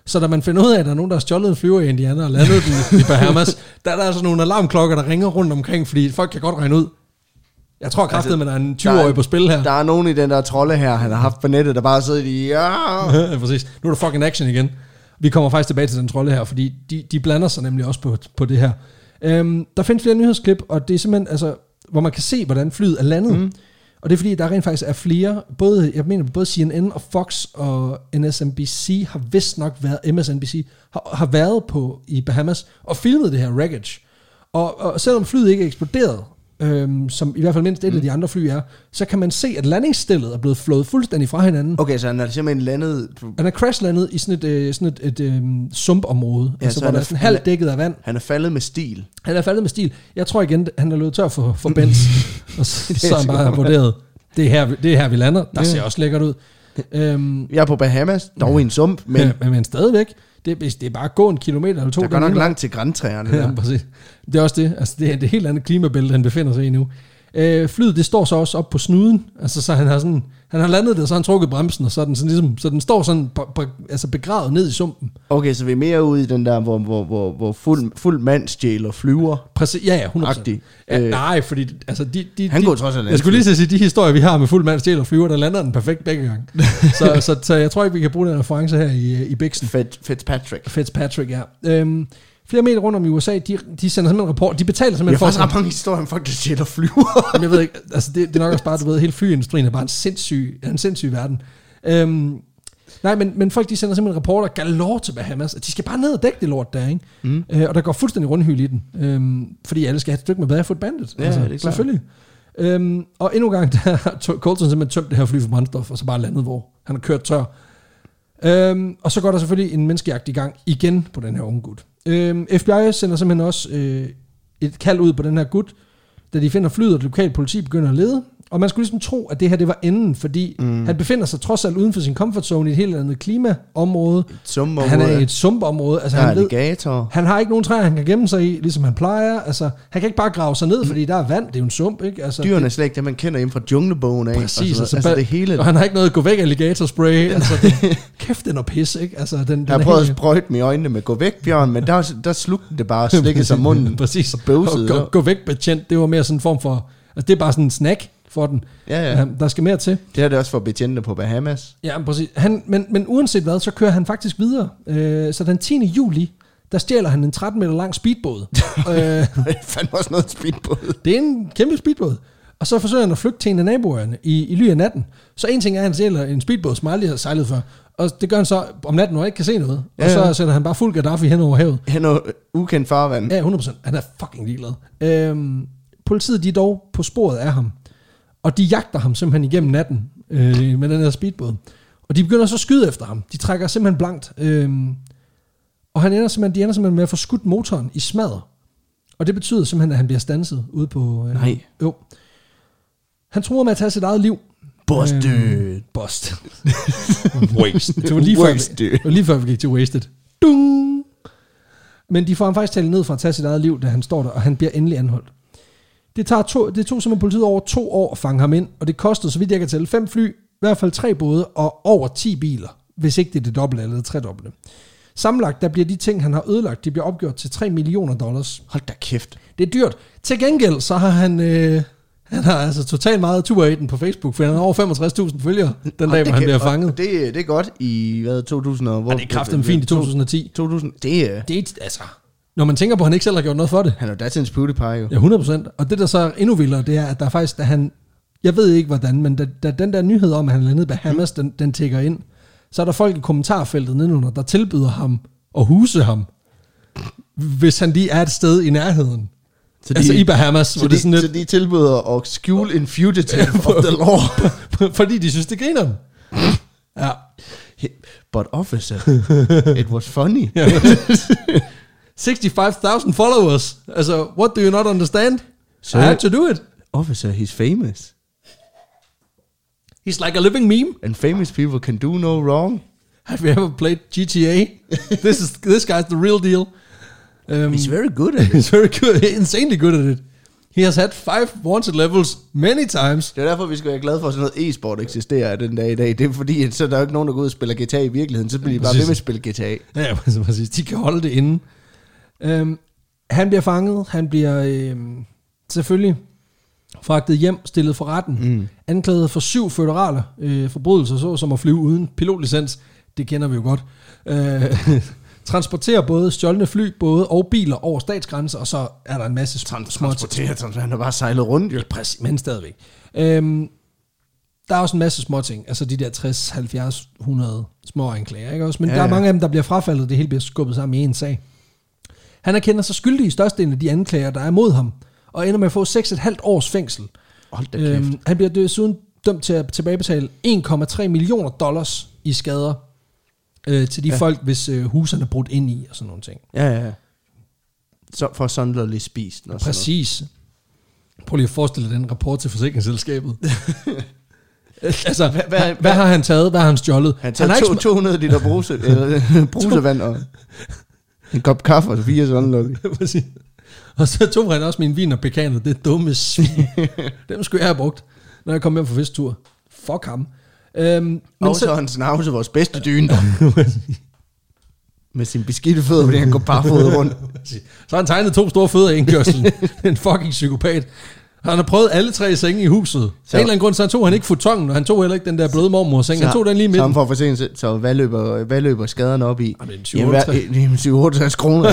Så da man finder ud af, at der er nogen, der har stjålet en flyver i Indiana og landet den i Bahamas, der er der altså nogle alarmklokker, der ringer rundt omkring, fordi folk kan godt regne ud. Jeg tror kraftigt, altså, at der er en tyve-årig på spil her. Der er nogen i den der trolde her, han har haft på nettet, der bare sidder i, ja. Ja, præcis. Nu er der fucking action igen. Vi kommer faktisk tilbage til den trolde her, fordi de, de blander sig nemlig også på, på det her. Øhm, der findes flere nyhedsklip, og det er simpelthen, altså, hvor man kan se, hvordan flyet er landet. Mm. Og det er fordi, der rent faktisk er flere, både, jeg mener, både C N N og Fox og M S N B C har vist nok været, M S N B C har, har været på i Bahamas og filmet det her wreckage. Og, og selvom flyet ikke er eksploderet, øhm, som i hvert fald mindst et mm. af de andre fly er, så kan man se, at landingsstillet er blevet flået fuldstændig fra hinanden. Okay, så han er simpelthen landet... Han er crashlandet i sådan et, øh, sådan et, et øh, sumpområde, ja, altså hvor der er sådan halvt dækket af vand. Han er faldet med stil. Han er faldet med stil. Jeg tror igen, han er løbet tør for, for Benz, og så, så han bare har vurderet, det er, her, det er her, vi lander. Der ja. ser også lækkert ud. Øhm, jeg er på Bahamas, dog i en sump, men... Ja, men, men stadigvæk. Det, det er bare at gå en kilometer eller to. Der går nok langt til grantræerne. Ja, præcis. Det er også det. Altså, det er det helt andet klimabælte, han befinder sig i nu. Øh, flyet, det står så også op på snuden. Altså, så han har sådan... Han har landet det, så har han trukket bremsen, og så, den sådan ligesom, så den står sådan på, på, altså begravet ned i sumpen. Okay, så vi er mere ude i den der, hvor, hvor, hvor, hvor fuld, fuld mand stjæler flyver. Præcis, ja, ja, hundrede procent. Ja, øh, nej, fordi altså, de, de, han de, går trods alt. Jeg skulle lige så sige, de historier, vi har med fuld mand stjæler flyver, der lander den perfekt begge gange. så, så, så jeg tror ikke, vi kan bruge den reference her i, i Bixen. Fitzpatrick. Fitzpatrick, ja. Øhm, flere meter rundt om i U S A, de, de sender simpelthen en rapport, de betaler simpelthen for... Jeg har faktisk ret mange historier om folk, der stjæler flyver. Jeg ved ikke, altså det, det er nok også bare, du ved, hele flyindustrien er bare en sindssyg, en sindssyg verden. Øhm, nej, men, men folk, de sender simpelthen rapporter galore til Bahamas, at de skal bare ned og dække det lort der, ikke? Mm. Øh, og der går fuldstændig rundhyl i den, øhm, fordi alle skal have et stykke med Barefoot Bandit. Ja, altså, det er klart. Selvfølgelig. Øhm, og endnu en gang, der har Colton simpelthen tømt det her fly for brændstof, og så bare landet, hvor han har kørt tør. Øhm, og så går der selvfølgelig en menneskejagt i gang igen på den her unge gut. Øhm, F B I sender simpelthen også øh, et kald ud på den her gut, da de finder flyet, og det lokale politi begynder at lede. Og man skulle ligesom tro, at det her det var enden, fordi mm. han befinder sig trods alt uden for sin comfort zone i et helt andet klimaområde. Han er i et sumpområde. Altså, der han, er alligator. Han har ikke nogen træer, han kan gemme sig i, ligesom han plejer. Altså, han kan ikke bare grave sig ned, fordi der er vand. Det er jo en sump, ikke? Altså, dyrene er slet ikke det, man kender hjemme fra junglebogen af. Præcis. Altså, altså, altså, det hele. Og han har ikke noget gå væk alligator spray. Altså, det, kæft, den er pis, ikke? Altså, den, den jeg har prøvet helt... at sprøjte mig i øjnene med gå væk, Bjørn, men der, der slugte det bare og slikkede sig munden. Præcis. Og bøvsede. Gå, gå væk betjent, det var mere sådan en form for... Altså, det er bare sådan en snack for den. Ja, ja. Der skal mere til. Det er det også for betjente på Bahamas. Ja, præcis. Han, men, men uanset hvad, så kører han faktisk videre. Øh, så den tiende juli, der stjæler han en tretten meter lang speedbåd. øh, det fandt også noget speedbåd. Det er en kæmpe speedbåd. Og så forsøger han at flygte til en af naboerne i, i ly af natten. Så en ting er, at han stjæler en speedbåd, som aldrig har sejlet før. Og det gør han så om natten, når han ikke kan se noget. Ja, og så ja. Sætter han bare fuld Gaddafi hen over havet. Hen over ukendt farvand. Ja, hundrede procent. Han er fucking ligeglad. Øhm, politiet, de er dog på sporet af ham. Og de jagter ham simpelthen igennem natten øh, med den her speedbåd. Og de begynder så at skyde efter ham. De trækker simpelthen blankt. Øh, og han ender simpelthen, de ender simpelthen med at få skudt motoren i smadret. Og det betyder simpelthen, at han bliver standset ude på... Øh, Nej. Jo. Han tror med at tage sit eget liv. Busted. Øh, busted. Wasted. Det var lige før, det var lige før vi gik til wasted. Dung! Men de får ham faktisk talt ned fra at tage sit eget liv, da han står der, og han bliver endelig anholdt. Det, tager to, det tog simpelthen politiet over to år at fange ham ind, og det kostede, så vidt jeg kan tælle, fem fly, i hvert fald tre både, og over ti biler, hvis ikke det er det dobbelte eller det tredobbelte. Sammenlagt, der bliver de ting, han har ødelagt, de bliver opgjort til tre millioner dollars. Hold da kæft. Det er dyrt. Til gengæld, så har han, øh, han har altså totalt meget tur i den på Facebook, for han har over femogtres tusind følgere, den Hold dag, hvor han bliver fanget. Det, det er godt i, hvad, to tusind og... Hvor, ja, det er kraftigt fint i to tusind og ti. to tusind, det er... Det er, altså... Når man tænker på, at han ikke selv har gjort noget for det. Han er jo datidens PewDiePie jo. Ja, hundrede procent. Og det, der så er endnu vildere, det er, at der faktisk, da han... Jeg ved ikke, hvordan, men da, da den der nyhed om, at han landede i Bahamas, den, den tækker ind, så er der folk i kommentarfeltet nedenunder, der tilbyder ham at huse ham, hvis han lige er et sted i nærheden. Så de, altså i Bahamas. Så, de, sådan lidt, så de tilbyder at skjule en fugitive of the law. Fordi de synes, det griner dem. Ja. But officer, it was funny. sixty-five thousand followers. Altså, what do you not understand? So I had to do it. Officer, he's famous. He's like a living meme. And famous people can do no wrong. Have you ever played G T A? this is this guy's the real deal. Um, he's very good at it. He's very good, insanely good at it. He has had five wanted levels many times. Det er derfor, vi skal være glade for, at sådan noget e-sport eksisterer den dag i dag. Det er fordi, at så der er jo ikke nogen, der går ud og spiller G T A i virkeligheden. Så bliver de bare ved med at spille G T A. Ja, præcis. De kan holde det inde. Øhm, han bliver fanget. Han bliver øhm, selvfølgelig fragtet hjem, stillet for retten. Mm. Anklaget for syv føderale øh, forbrydelser, så som at flyve uden pilotlicens. Det kender vi jo godt. Øh, transporterer både stjålne fly, både og biler over statsgrænser, og så er der en masse små... Transporterer, transporterer, han har bare sejlet rundt. Jo. Præcis, men stadigvæk. Øhm, der er også en masse små ting, altså de der tres, halvfjerds, hundrede små anklager, ikke også? Men ja, der er mange af dem, der bliver frafaldet, det hele bliver skubbet sammen i en sag. Han erkender sig skyldig i størstedelen af de anklager, der er mod ham, og ender med at få seks komma fem års fængsel. Hold da kæft. Øhm, han bliver desuden dømt til at tilbagebetale en komma tre millioner dollars i skader øh, til de ja. folk, hvis øh, huserne er brudt ind i, og sådan nogle ting. Ja, ja, ja. Så for sådan lidt spist. Præcis. Prøv lige at forestille dig den rapport til forsikringsselskabet. altså, hvad, hvad, hvad, hvad har han taget? Hvad har han stjålet? Han har taget to hundrede liter bruse, eller, brusevand og en kop kaffe og fire sådan Præcis. Og så tog han også min vin og pekaner. Det er dumme svin. Dem skulle jeg have brugt, når jeg kom hjem fra festtur. Fuck ham. Øhm, men og så, så han snavse vores bedste dyne. Med sin beskidte fødder, fordi han går barfodet rundt. Så har han tegnet to store fødder i indkørslen. En fucking psykopat. Han har prøvet alle tre senge i huset. Så en eller anden grund, så han tog han ikke futongen, og han tog heller ikke den der bløde mormor-seng. Han tog den lige midt. Så for forsinkelse, så hvad løber, hvad løber skaderne op i? Jamen, syv otteogtres kroner.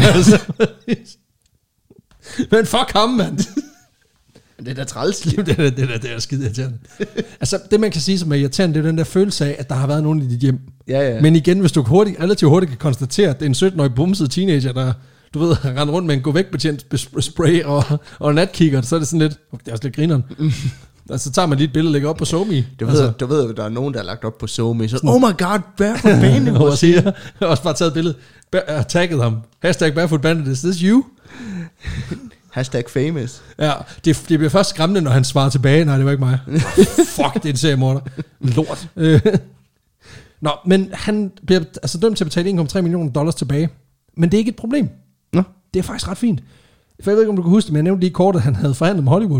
Men fuck ham, mand. Det er da træls. Det er det, det, det, det er skide irriterende. Altså, det man kan sige som er irriterende, det er den der følelse af, at der har været nogen i dit hjem. Ja, ja. Men igen, hvis du hurtigt, relativt hurtigt kan konstatere, at det er en sytten-årig bumset teenager, der, du ved, render rundt med en gå væk betjent spray og, og natkikker, så er det sådan lidt, okay, det er også lidt grineren. Og så tager man lige et billede og lægger op på SoMe. Du ved, altså, du ved, der er nogen, der har lagt op på SoMe. Så, oh my god, Barefoot Bandit. Og siger, jeg har også bare taget et billede, og tagget ham. Hashtag Barefoot Bandit, is this you? Hashtag famous. Ja, det, det bliver først skræmmende, når han svarer tilbage. Nej, det var ikke mig. Fuck, det er en seriemorder. Lort. Nå, men han bliver altså dømt til at betale en komma tre millioner dollars tilbage. Men det er ikke et problem. Nå. Det er faktisk ret fint. For jeg ved ikke, om du kan huske det, men jeg nævnte lige kort, at han havde forhandlet med Hollywood.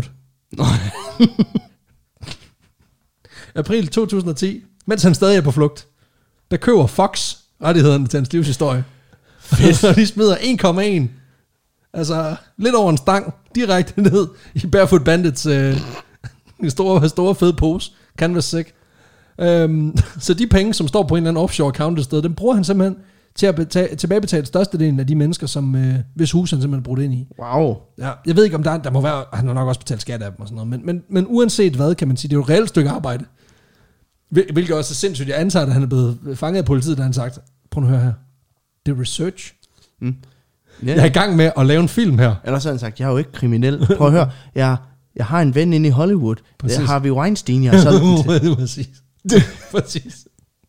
April to tusind og ti, mens han stadig er på flugt, der køber Fox rettighederne til hans livshistorie. Fedt. Og de smider en komma en. Altså lidt over en stang, direkte ned i Barefoot Bandits øh, store, store fede pose, canvas sæk. Øhm, så de penge, som står på en eller anden offshore account et sted, dem bruger han simpelthen til at betale, tilbagebetale størstedelen af de mennesker, som øh, hvis hus han simpelthen brugt ind i. Wow. Ja, jeg ved ikke, om der, der må være, han har nok også betalt skat af dem og sådan noget, men, men, men uanset hvad, kan man sige, det er jo et reelt stykke arbejde. Hvilket også er sindssygt. Jeg antager, at han er blevet fanget af politiet, da han sagt, prøv at høre her, det er research. Mm. Yeah. Jeg er i gang med at lave en film her. Ellers har han sagt, jeg er jo ikke kriminel. Prøv at høre, jeg, jeg har en ven inde i Hollywood. Præcis. Det er Harvey Weinstein, jeg har solgt den til. Præcis. Præcis.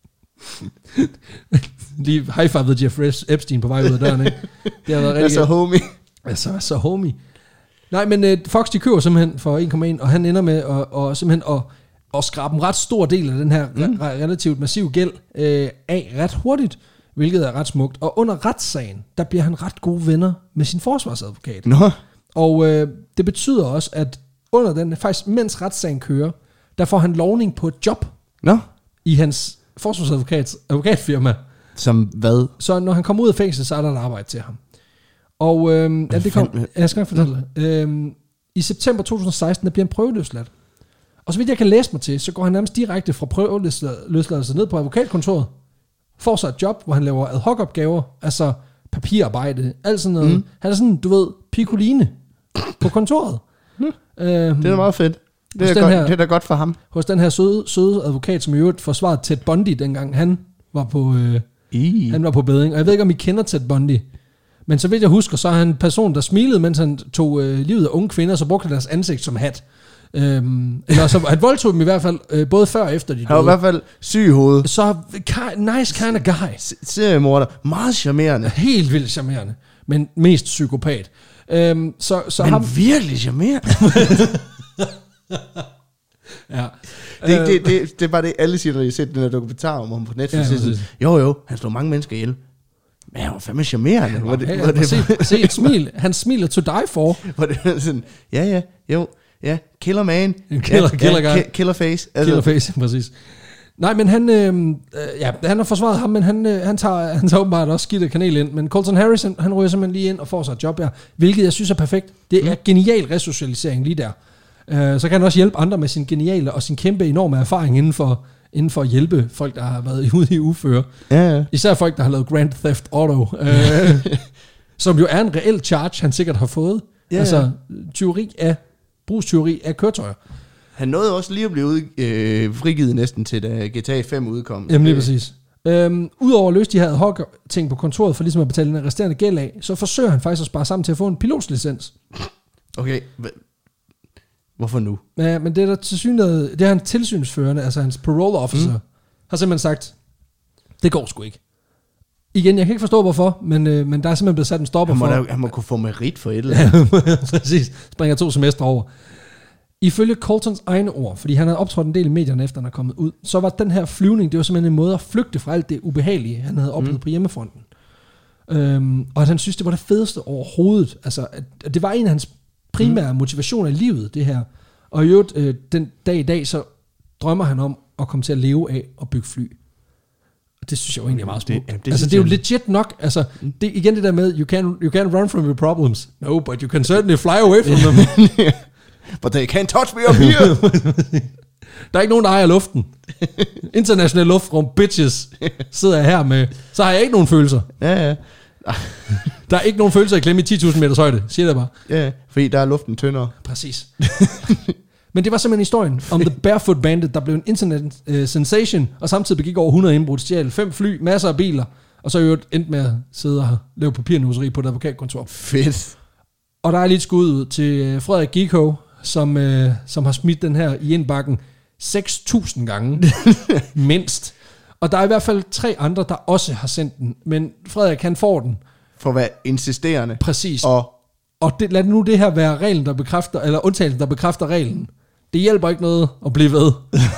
Lige high-fivede Jeffrey Epstein på vej ud af døren, ikke? Det har været rigtig... så homie. Altså, så homie. Nej, men uh, Fox, de køber simpelthen for en komma en, og han ender med at, og simpelthen at, at skrabe en ret stor del af den her mm. re- relativt massiv gæld uh, af ret hurtigt, hvilket er ret smukt. Og under retssagen, der bliver han ret gode venner med sin forsvarsadvokat. Nå. Og øh, det betyder også, at under den, faktisk mens retssagen kører, der får han lovning på et job. Nå. I hans forsvarsadvokats advokatfirma. Som hvad? Så når han kommer ud af fængsel, så er der et arbejde til ham. Og øh, ja, det kom, jeg skal fortælle dig. Øh, I september to tusind og seksten, der bliver han prøveløsladt. Og så vidt jeg kan læse mig til, så går han nærmest direkte fra prøveløsladelse ned på advokatkontoret, får sig et job, hvor han laver ad hoc opgaver, altså papirarbejde, alt sådan noget. Mm. Han er sådan, du ved, pikoline på kontoret. Mm. Øhm, det er meget fedt. Det er, godt, her, det er da godt for ham. Hos den her søde, søde advokat, som i øvrigt forsvarede Ted Bundy, dengang han var på, øh, han var på bedring. Og jeg ved ikke, om I kender Ted Bundy, men så vidt jeg husker, så er han en person, der smilede, mens han tog øh, livet af unge kvinder, så brugte han deres ansigt som hat. Øhm, eller så han voldtog dem i hvert fald øh, både før og efter de døde. Han var i hvert fald syg i hovedet. Så nice kind of guy. Seriemorder. Meget charmerende. Helt vildt charmerende. Men mest psykopat. øhm, så, så Men ham... virkelig charmerende. Ja. det, det, det, det er bare det alle siger, når de har set den her dokumentar om ham på Netflix. Ja, jo jo, han slår mange mennesker ihjel. Men han var fandme charmerende. Var det, ja, var det, se, se et smil. Han smiler to die for. Var det sådan, ja, ja, jo, ja, killer man. Killer, ja, killer ja, guy. Killer face. Altså. Killer face, præcis. Nej, men han, øh, ja, han har forsvaret ham, men han, øh, han, tager, han tager åbenbart også skidt af kanel ind. Men Colton Harrison, han ryger simpelthen lige ind og får sig et job her, hvilket jeg synes er perfekt. Det er mm. genial resocialisering lige der. Uh, så kan han også hjælpe andre med sin geniale og sin kæmpe enorme erfaring inden for, inden for at hjælpe folk, der har været ude i uføre. Ja, ja. Især folk, der har lavet Grand Theft Auto, uh, som jo er en reel charge, han sikkert har fået. Ja, altså ja. Tyveri af, brugstyveri af køretøjer. Han nåede også lige at blive ud, øh, frigivet næsten til, da G T A fem udkom. Jamen lige præcis. Øhm, Udover at løse de her ad hoc ting på kontoret, for ligesom at betale den resterende gæld af, så forsøger han faktisk at spare sammen til at få en pilotslicens. Okay, hvorfor nu? Ja, men det er der til synligheden, det er han tilsynsførende, altså hans parole officer, mm. har simpelthen sagt, det går sgu ikke. Igen, jeg kan ikke forstå hvorfor, men, øh, men der er simpelthen blevet sat en stopper han må for. Da, han må kunne få merit for et eller andet. Ja, præcis. Springer to semester over. Ifølge Coltons egne ord, fordi han havde optrådt en del i medierne efter han er kommet ud, så var den her flyvning, det var simpelthen en måde at flygte fra alt det ubehagelige, han havde oplevet mm. på hjemmefronten. Øhm, og at han synes, det var det fedeste overhovedet. Altså, at det var en af hans primære mm. motivationer i livet, det her. Og i øvrigt, øh, den dag i dag, så drømmer han om at komme til at leve af og bygge fly. Og det synes jeg jo egentlig er meget smukt. Det, det altså, det er jo legit nok. Altså, det, igen det der med, you can, you can run from your problems. No, but you can certainly fly away from them. But they can't touch me up here. Der er ikke nogen, der ejer luften. International luftrum, bitches. Sidder jeg her med. Så har jeg ikke nogen følelser. Ja, ja. Der er ikke nogen følelser i klemme i ti tusind meters højde. Siger det bare. Ja, fordi der er luften tyndere. Præcis. Men det var simpelthen historien om The Barefoot Bandit, der blev en internet uh, sensation, og samtidig begik over hundrede indbrud, stjal fem fly, masser af biler, og så jo endte med at sidde og lave papirnusseri på et advokatkontor. Fedt. Og der er lige et skud ud til Frederik Giko, som, øh, som har smidt den her i indbakken seks tusind gange, mindst. Og der er i hvert fald tre andre, der også har sendt den, men Frederik, han får den. For at være insisterende. Præcis. Og, og det, lad nu det her være reglen, der bekræfter, eller undtagelsen, der bekræfter reglen. Det hjælper ikke noget at blive ved.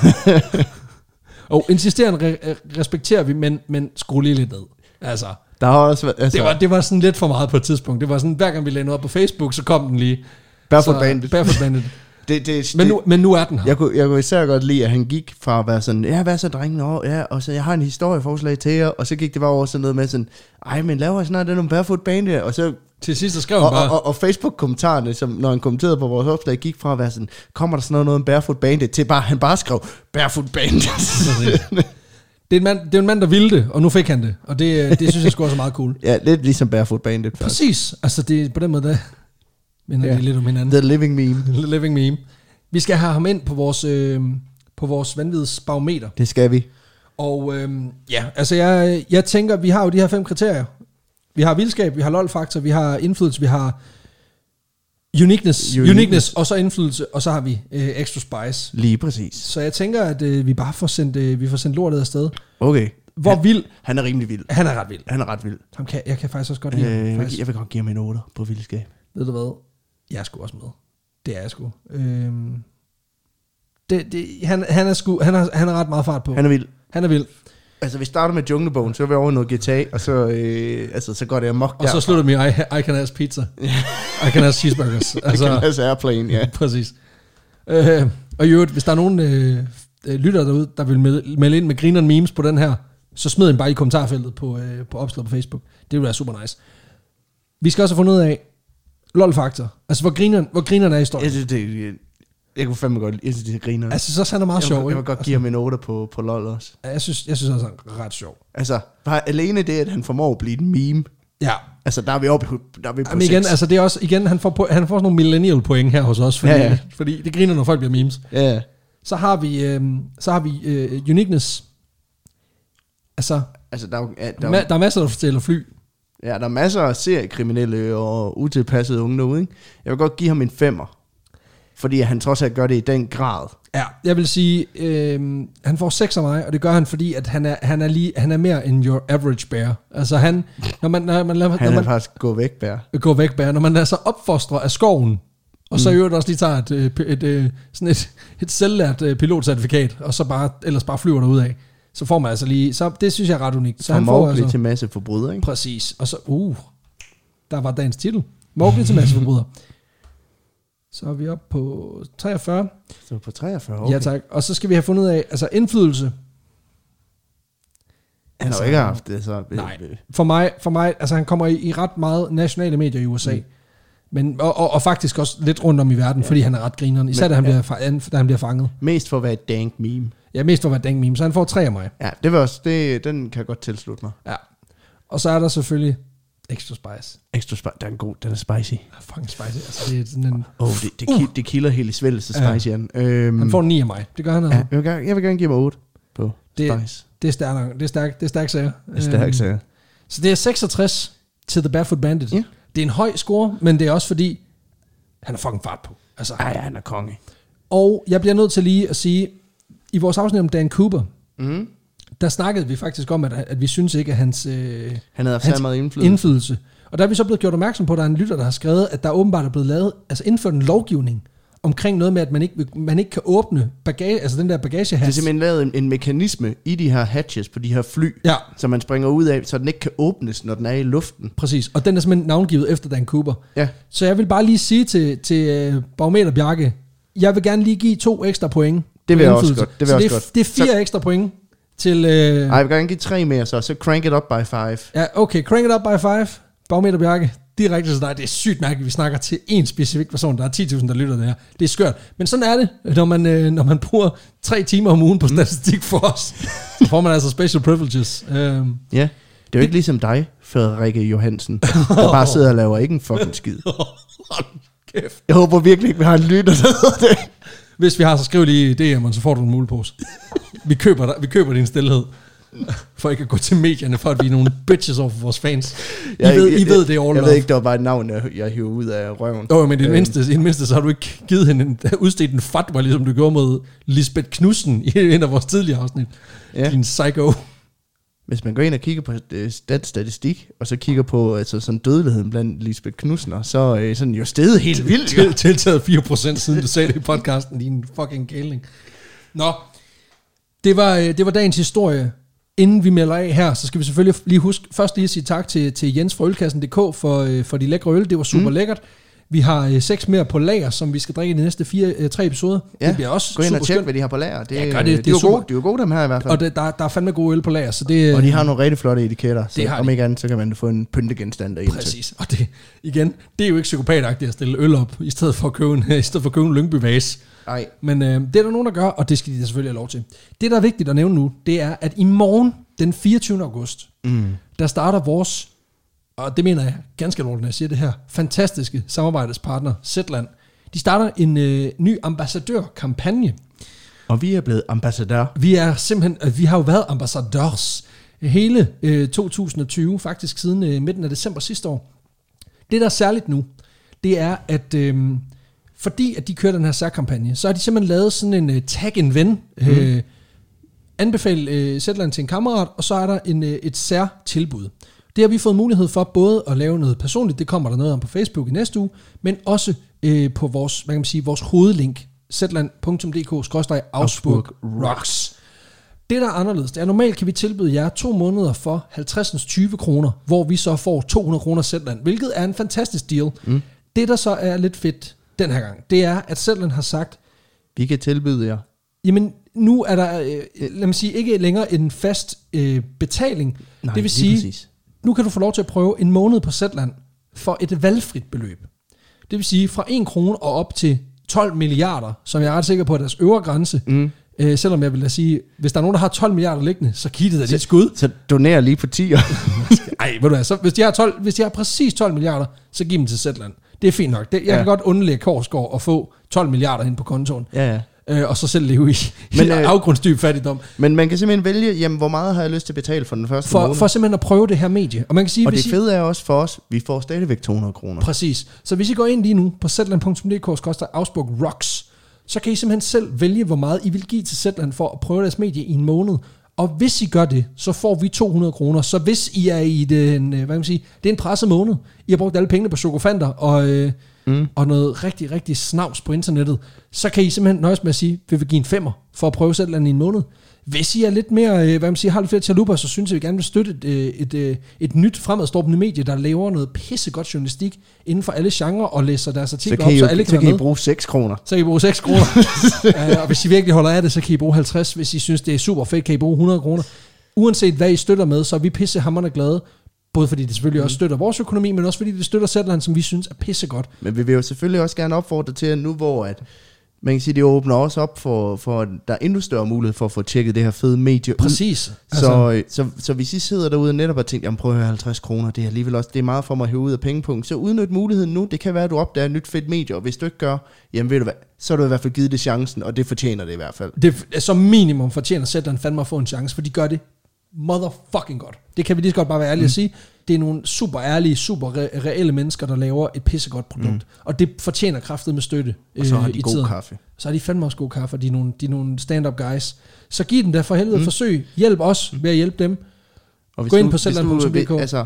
Og insisterende re- respekterer vi, men, men skru lige lidt ned. Altså, der har også været, altså, det, var, det var sådan lidt for meget på et tidspunkt. Det var sådan, hver gang vi lagde noget op på Facebook, så kom den lige. Barefoot Bandit. Barefoot Bandit. det, det, men, nu, men nu er den her. Jeg kunne, jeg kunne især godt lide, at han gik fra at være sådan, ja, hvad så drengene over, ja, og så jeg har en historieforslag til jer, og så gik det bare over sådan noget med sådan, ej, men laver jeg snart den om Barefoot Bandit, og så til sidst så skrev han og, bare... Og, og, og Facebook-kommentarerne, som, når han kommenterede på vores opslag, gik fra at være sådan, kommer der sådan noget, noget om Barefoot Bandit, til bare, han bare skrev, Barefoot Bandit. Det er, en mand, det er en mand, der ville det, og nu fik han det, og det, det synes jeg sgu også er meget cool. Ja, lidt ligesom Barefoot Bandit. Faktisk. Præcis, altså det er på den måde, der minder ja. de lidt om hinanden. The living meme. The living meme. Vi skal have ham ind på vores, øh, på vores vanvidsbarometer. Det skal vi. Og øh, ja, altså jeg, jeg tænker, vi har jo de her fem kriterier. Vi har vildskab, vi har lol-faktor, vi har indflydelse, vi har uniqueness, uniqueness, uniqueness og så indflydelse, og så har vi øh, extra spice. Lige præcis. Så jeg tænker, at øh, vi bare får sendt, øh, vi får sendt lortet afsted. Okay. Hvor han, vild? Han er rimelig vild. Han er ret vild. Han er ret vild. Ham kan, jeg kan faktisk også godt lide øh, ham. Jeg vil godt give ham en otter på vildskab. Ved du hvad? Jeg er sgu også med. Det er jeg sgu. Øhm, det, det, han, han, er sgu, han, har, han har ret meget fart på. Han er vild. Han er vild. Altså, vi starter med Junglebogen, så er vi over noget G T A, og så, øh, altså, så går det amok og derfra. Så slutter vi med I, I can have pizza. I can have cheeseburgers. Altså, I can have airplane, ja. Præcis. Øh, og i øvrigt, hvis der er nogen øh, lytter derude, der vil melde ind med grineren memes på den her, så smid den bare i kommentarfeltet på, øh, på opslaget på Facebook. Det vil være super nice. Vi skal også have fundet ud af lol-faktor. Altså, hvor grineren, hvor grineren er i historien. Ja, det, det, jeg kunne fandme godt, jeg synes, det er griner. Altså, så han er meget jeg, sjov, jeg, jeg vil godt altså, give ham en otter på, på lol også. Jeg synes, jeg synes også, han er ret sjov. Altså, bare alene det, at han formår at blive en meme. Ja. Altså, der er vi oppe der er vi på Jamen igen, altså det er også, igen, han får, på, han får sådan nogle millennial point her hos os, fordi, ja, ja. fordi det griner, når folk bliver memes. Ja. Så har vi, øh, så har vi øh, uniqueness. Altså, altså der, er, der, ma- der er masser, der fortæller fly. Ja, der er masser af seriekriminelle og utilpassede unge derude, ikke? Jeg vil godt give ham en femmer. Fordi han trods alt gør det i den grad. Ja, jeg vil sige, øh, han får seks af mig, og det gør han, fordi at han er, han er, lige, han er mere end your average bear. Altså han, når man, når man, når man, han er når man faktisk gå væk bear. Gå væk bear. Når man altså opfostrer af skoven, og så i øvrigt også lige tager et, et, et, et, sådan et, et selvlært pilotcertifikat, og så bare, ellers bare flyver derud af, så får man altså lige, så det synes jeg er ret unikt. Så Fra han får Mowgli altså, til masse forbryder, ikke? præcis, og så, uh, der var dagens titel. Mowgli til masse forbryder. Så er vi oppe på treogfyrre. Så på treogfyrre, okay. Ja tak, og så skal vi have fundet ud af, altså indflydelse. Han har altså, jo ikke haft det, så... Nej, for mig, for mig, altså han kommer i, i ret meget nationale medier i U S A, mm. men, og, og, og faktisk også lidt rundt om i verden, ja. fordi han er ret grineren, især men, da, han ja. bliver, da han bliver fanget. Mest for at være et dank meme. Ja, mest for at være dank meme, så han får tre af mig. Ja, det var også, det, den kan jeg godt tilslutte mig. Ja, og så er der selvfølgelig Extra Spice. Extra Spice, den er god, den er spicy. Ja, fucking spicy, altså det er sådan en... Åh, oh, det, det, uh. det kilder helt i svældet, så spicy ja. øhm, Han får ni af mig, det gør han altså. Ja, jeg, vil gerne, jeg vil gerne give mig otte på det, Spice. Det er stærkt, det er stærkt, det er stærkt sager. Det er stærkt sager. Så det er seksogtres til The Barefoot Bandit. Ja. Det er en høj score, men det er også fordi, han har fucking fart på. Altså, Ej, ja, han er konge. Og jeg bliver nødt til lige at sige, i vores afsnit om Dan Cooper, mm. der snakkede vi faktisk om, at, at vi synes ikke, at hans, øh, han havde haft meget indflydelse. indflydelse. Og der er vi så blevet gjort opmærksom på, at der er en lytter, der har skrevet, at der åbenbart er blevet lavet, altså indført en lovgivning, omkring noget med, at man ikke, man ikke kan åbne bagage, altså den der bagagehatch. Det er simpelthen lavet en, en mekanisme i de her hatches på de her fly, ja. som man springer ud af, så den ikke kan åbnes, når den er i luften. Præcis, og den er simpelthen navngivet efter Dan Cooper. Ja. Så jeg vil bare lige sige til, til uh, Barometer Bjarke, jeg vil gerne lige give to ekstra point. Det vil jeg også godt. Det, vil så også det, er, godt. det er fire så, ekstra point til... Uh, Ej, jeg vil gerne give tre mere, så, så crank it up by five. Ja, okay, crank it up by five. Barometer Bjarke, direkte til dig. Det er sygt mærkeligt, vi snakker til en specifik person. Der er ti tusind, der lytter det her. Det er skørt. Men sådan er det, når man, øh, når man bruger tre timer om ugen på statistik for os. Så får man altså special privileges. Um, ja, det er jo ikke ligesom dig, Frederikke Johansen, der bare sidder og laver ikke en fucking skid. Kæft. Jeg håber virkelig ikke, vi har en lytter, der hedder det. Hvis vi har, så skriv lige i D M'en, så får du en mulepose. Vi køber, dig, vi køber din stillhed. For ikke at gå til medierne, for at vi er nogle bitches over for vores fans. I, jeg, ved, I ved det all. Jeg ved ikke, der var bare et navn, jeg, jeg hiver ud af røven. Jo, men i det mindste, i det mindste, så har du ikke givet hende en, udstedt en fatwa, ligesom du gjorde mod Lisbeth Knudsen i en af vores tidligere afsnit. Ja. Din psycho. Hvis man går ind og kigger på den statistik, og så kigger på altså, sådan dødeligheden blandt Lisbeth Knudsen, så er sådan jo steget helt vildt. Til, tiltaget fire procent siden du sagde det i podcasten, din fucking kæling. Nå, det var, det var dagens historie. Inden vi melder af her, så skal vi selvfølgelig lige huske, først lige at sige tak til, til Jens fra ølkassen punktum d k for, for de lækre øl. Det var super mm. lækkert. Vi har øh, seks mere på lager, som vi skal drikke i de næste fire, øh, tre episoder. Ja, det bliver også gå ind og tjek, hvad de har på lager. Det, ja, gør det, det, det, er gode, de er jo gode dem her i hvert fald. Og det, der, der er fandme gode øl på lager. Så det, og de har nogle rigtig flotte etiketter. Så det har om de. ikke andet, så kan man få en pyntegenstand derinde. Præcis. Og det, igen, det er jo ikke psykopatagtigt at stille øl op, i stedet for at købe en, i stedet for at købe en Lyngby-vase. Nej. Men øh, det er der nogen, der gør, og det skal de selvfølgelig have lov til. Det, der er vigtigt at nævne nu, det er, at i morgen, den fireogtyvende august, mm. der starter vores, og det mener jeg ganske alvorligt, når jeg siger det her, fantastiske samarbejdspartner, Zetland. De starter en øh, ny ambassadørkampagne. Og vi er blevet ambassadør. Vi er simpelthen, vi har jo været ambassadørs hele øh, to tusind og tyve, faktisk siden øh, midten af december sidste år. Det, der er særligt nu, det er, at øh, fordi at de kører den her særkampagne, så har de simpelthen lavet sådan en uh, tag en ven, mm. øh, anbefal øh, Zetland til en kammerat, og så er der en, øh, et særtilbud. Det har vi fået mulighed for både at lave noget personligt, det kommer der noget om på Facebook i næste uge, men også øh, på vores, hvad kan man sige, vores hovedlink, zetland punktum d k skråstreg Augsburg Rocks. Det, der er anderledes, det er, normalt kan vi tilbyde jer to måneder for halvtreds til tyve kroner, hvor vi så får to hundrede kroner Zetland, hvilket er en fantastisk deal. Mm. Det, der så er lidt fedt den her gang, det er, at Zetland har sagt, vi kan tilbyde jer. Jamen, nu er der, øh, lad mig sige, ikke længere en fast øh, betaling. Nej, det vil sige, præcis. Nu kan du få lov til at prøve en måned på Zetland for et valgfrit beløb. Det vil sige, fra en krone og op til tolv milliarder, som jeg er ret sikker på er deres øvre grænse. Mm. Øh, selvom jeg vil da sige, hvis der er nogen, der har tolv milliarder liggende, så giv det da lidt skud. Så doner lige på tier. Ej, ved du hvad, så hvis de har tolv, hvis de har præcis tolv milliarder, så giv dem til Zetland. Det er fint nok. Det, jeg ja. kan godt undlægge Korsgaard og få tolv milliarder ind på kontoen. Ja, ja. Øh, og så selv leve i, men, i øh, afgrundsdyb fattigdom. Men man kan simpelthen vælge, jamen, hvor meget har jeg lyst til at betale for den første for, måned? For simpelthen at prøve det her medie. Og, man kan sige, og det fede er også for os, vi får stadigvæk to hundrede kroner. Præcis. Så hvis I går ind lige nu på zetland punktum d k koster Augsburg Rocks, så kan I simpelthen selv vælge, hvor meget I vil give til Zetland for at prøve deres medie i en måned. Og hvis I gør det, så får vi to hundrede kroner. Så hvis I er i den, hvad kan man sige, det er en presset måned, I har brugt alle pengene på chokofanter og, øh, mm. og noget rigtig, rigtig snavs på internettet, så kan I simpelthen nøjes med at sige, vi vil give en femmer for at prøve Zetland i en måned. Hvis I er lidt mere, øh, hvad man siger, har lidt flere chaluper, så synes jeg, vi gerne vil støtte et, et, et, et nyt fremadstormende medie, der laver noget pissegodt journalistik inden for alle genrer og læser deres artikler op, så så alle kan så være kan I med. bruge seks kroner. Så kan I bruge seks kroner. uh, og hvis I virkelig holder af det, så kan I bruge halvtreds. Hvis I synes, det er super fedt, kan I bruge hundrede kroner. Uanset hvad I støtter med, så er vi pissehamrende glade. Både fordi det selvfølgelig mm. også støtter vores økonomi, men også fordi det støtter Zetland, som vi synes er pissegodt. Men vi vil jo selvfølgelig også gerne opfordre til, at nu hvor at man kan sige, det åbner også op for, for, at der er endnu større mulighed for at få tjekket det her fede medie ud. Præcis. Altså. Så, så, så hvis I sidder derude og netop og tænker, jamen prøv at høre halvtreds kroner, det er alligevel også, det er meget for mig at hæve ud af pengepunkt, så udnyt muligheden nu. Det kan være, at du opdager et nyt fedt medie, og hvis du ikke gør, jamen ved du hvad, så har du i hvert fald givet det chancen, og det fortjener det i hvert fald. Det er som minimum fortjener Zetland fandme at få en chance, for de gør det motherfucking godt. Det kan vi lige så godt bare være ærlige mm. at sige. Det er nogle super ærlige, super re- reelle mennesker, der laver et pissegodt produkt. Mm. Og det fortjener kraftet med støtte. Og så har de øh, god tiden. kaffe. Så har de fandme også god kaffe, og de er nogle, de er nogle stand-up guys. Så giv den der for helvede mm. forsøg. Hjælp os ved at hjælpe dem. Og Gå ind du, på zetland punktum d k. Altså,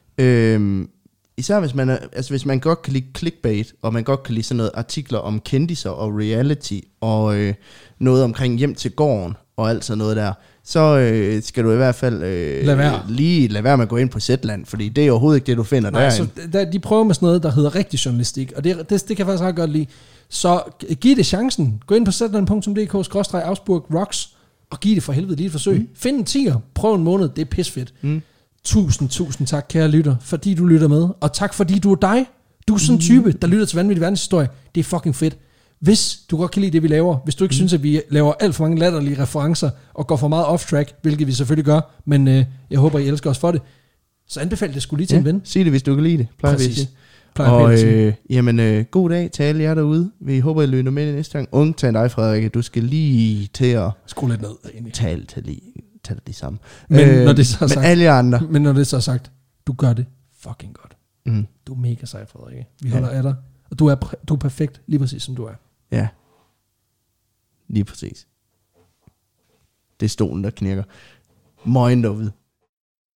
øhm, især hvis man, er, altså hvis man godt kan lide clickbait, og man godt kan lide sådan noget artikler om kendiser og reality, og øh, noget omkring hjem til gården, og alt sådan noget der, så øh, skal du i hvert fald øh, lad være. lige lade være med at gå ind på Zetland, fordi det er overhovedet ikke det, du finder Nej, derinde. så der, de prøver med sådan noget, der hedder rigtig journalistik, og det, det, det kan jeg faktisk ret godt lide. Så giv det chancen. Gå ind på zetland punktum d k skråstreg Augsburg Rocks, og giv det for helvede lige et forsøg. Mm. Find en tiger, prøv en måned, det er pisfedt. Mm. Tusind, tusind tak, kære lytter, fordi du lytter med, og tak fordi du er dig. Du er sådan en type, der lytter til Vanvittig Verdenshistorie. Det er fucking fedt. Hvis du godt kan lide det, vi laver, hvis du ikke mm. synes, at vi laver alt for mange latterlige referencer, og går for meget off-track, hvilket vi selvfølgelig gør, men øh, jeg håber, I elsker os for det, så anbefal det skulle lige til ja, en ven. Sig det, hvis du kan lide det. Plejer Præcis. Vi Plejer og øh, jamen, øh, god dag til alle jer derude. Vi håber, I lytter med næste gang. Undtagen dig, Frederik. Du skal lige til at skru lidt ned. Egentlig. Tale til lige, tale det samme. Men, øh, når det så er sagt, men alle andre. Men når det så er sagt, du gør det fucking godt. Mm. Du er mega sej, Frederik. Vi holder ja. af dig. Og du er, du er perfekt, lige præcis som du er. Ja. Lige præcis. Det er stolen, der knirker. Møgen derude.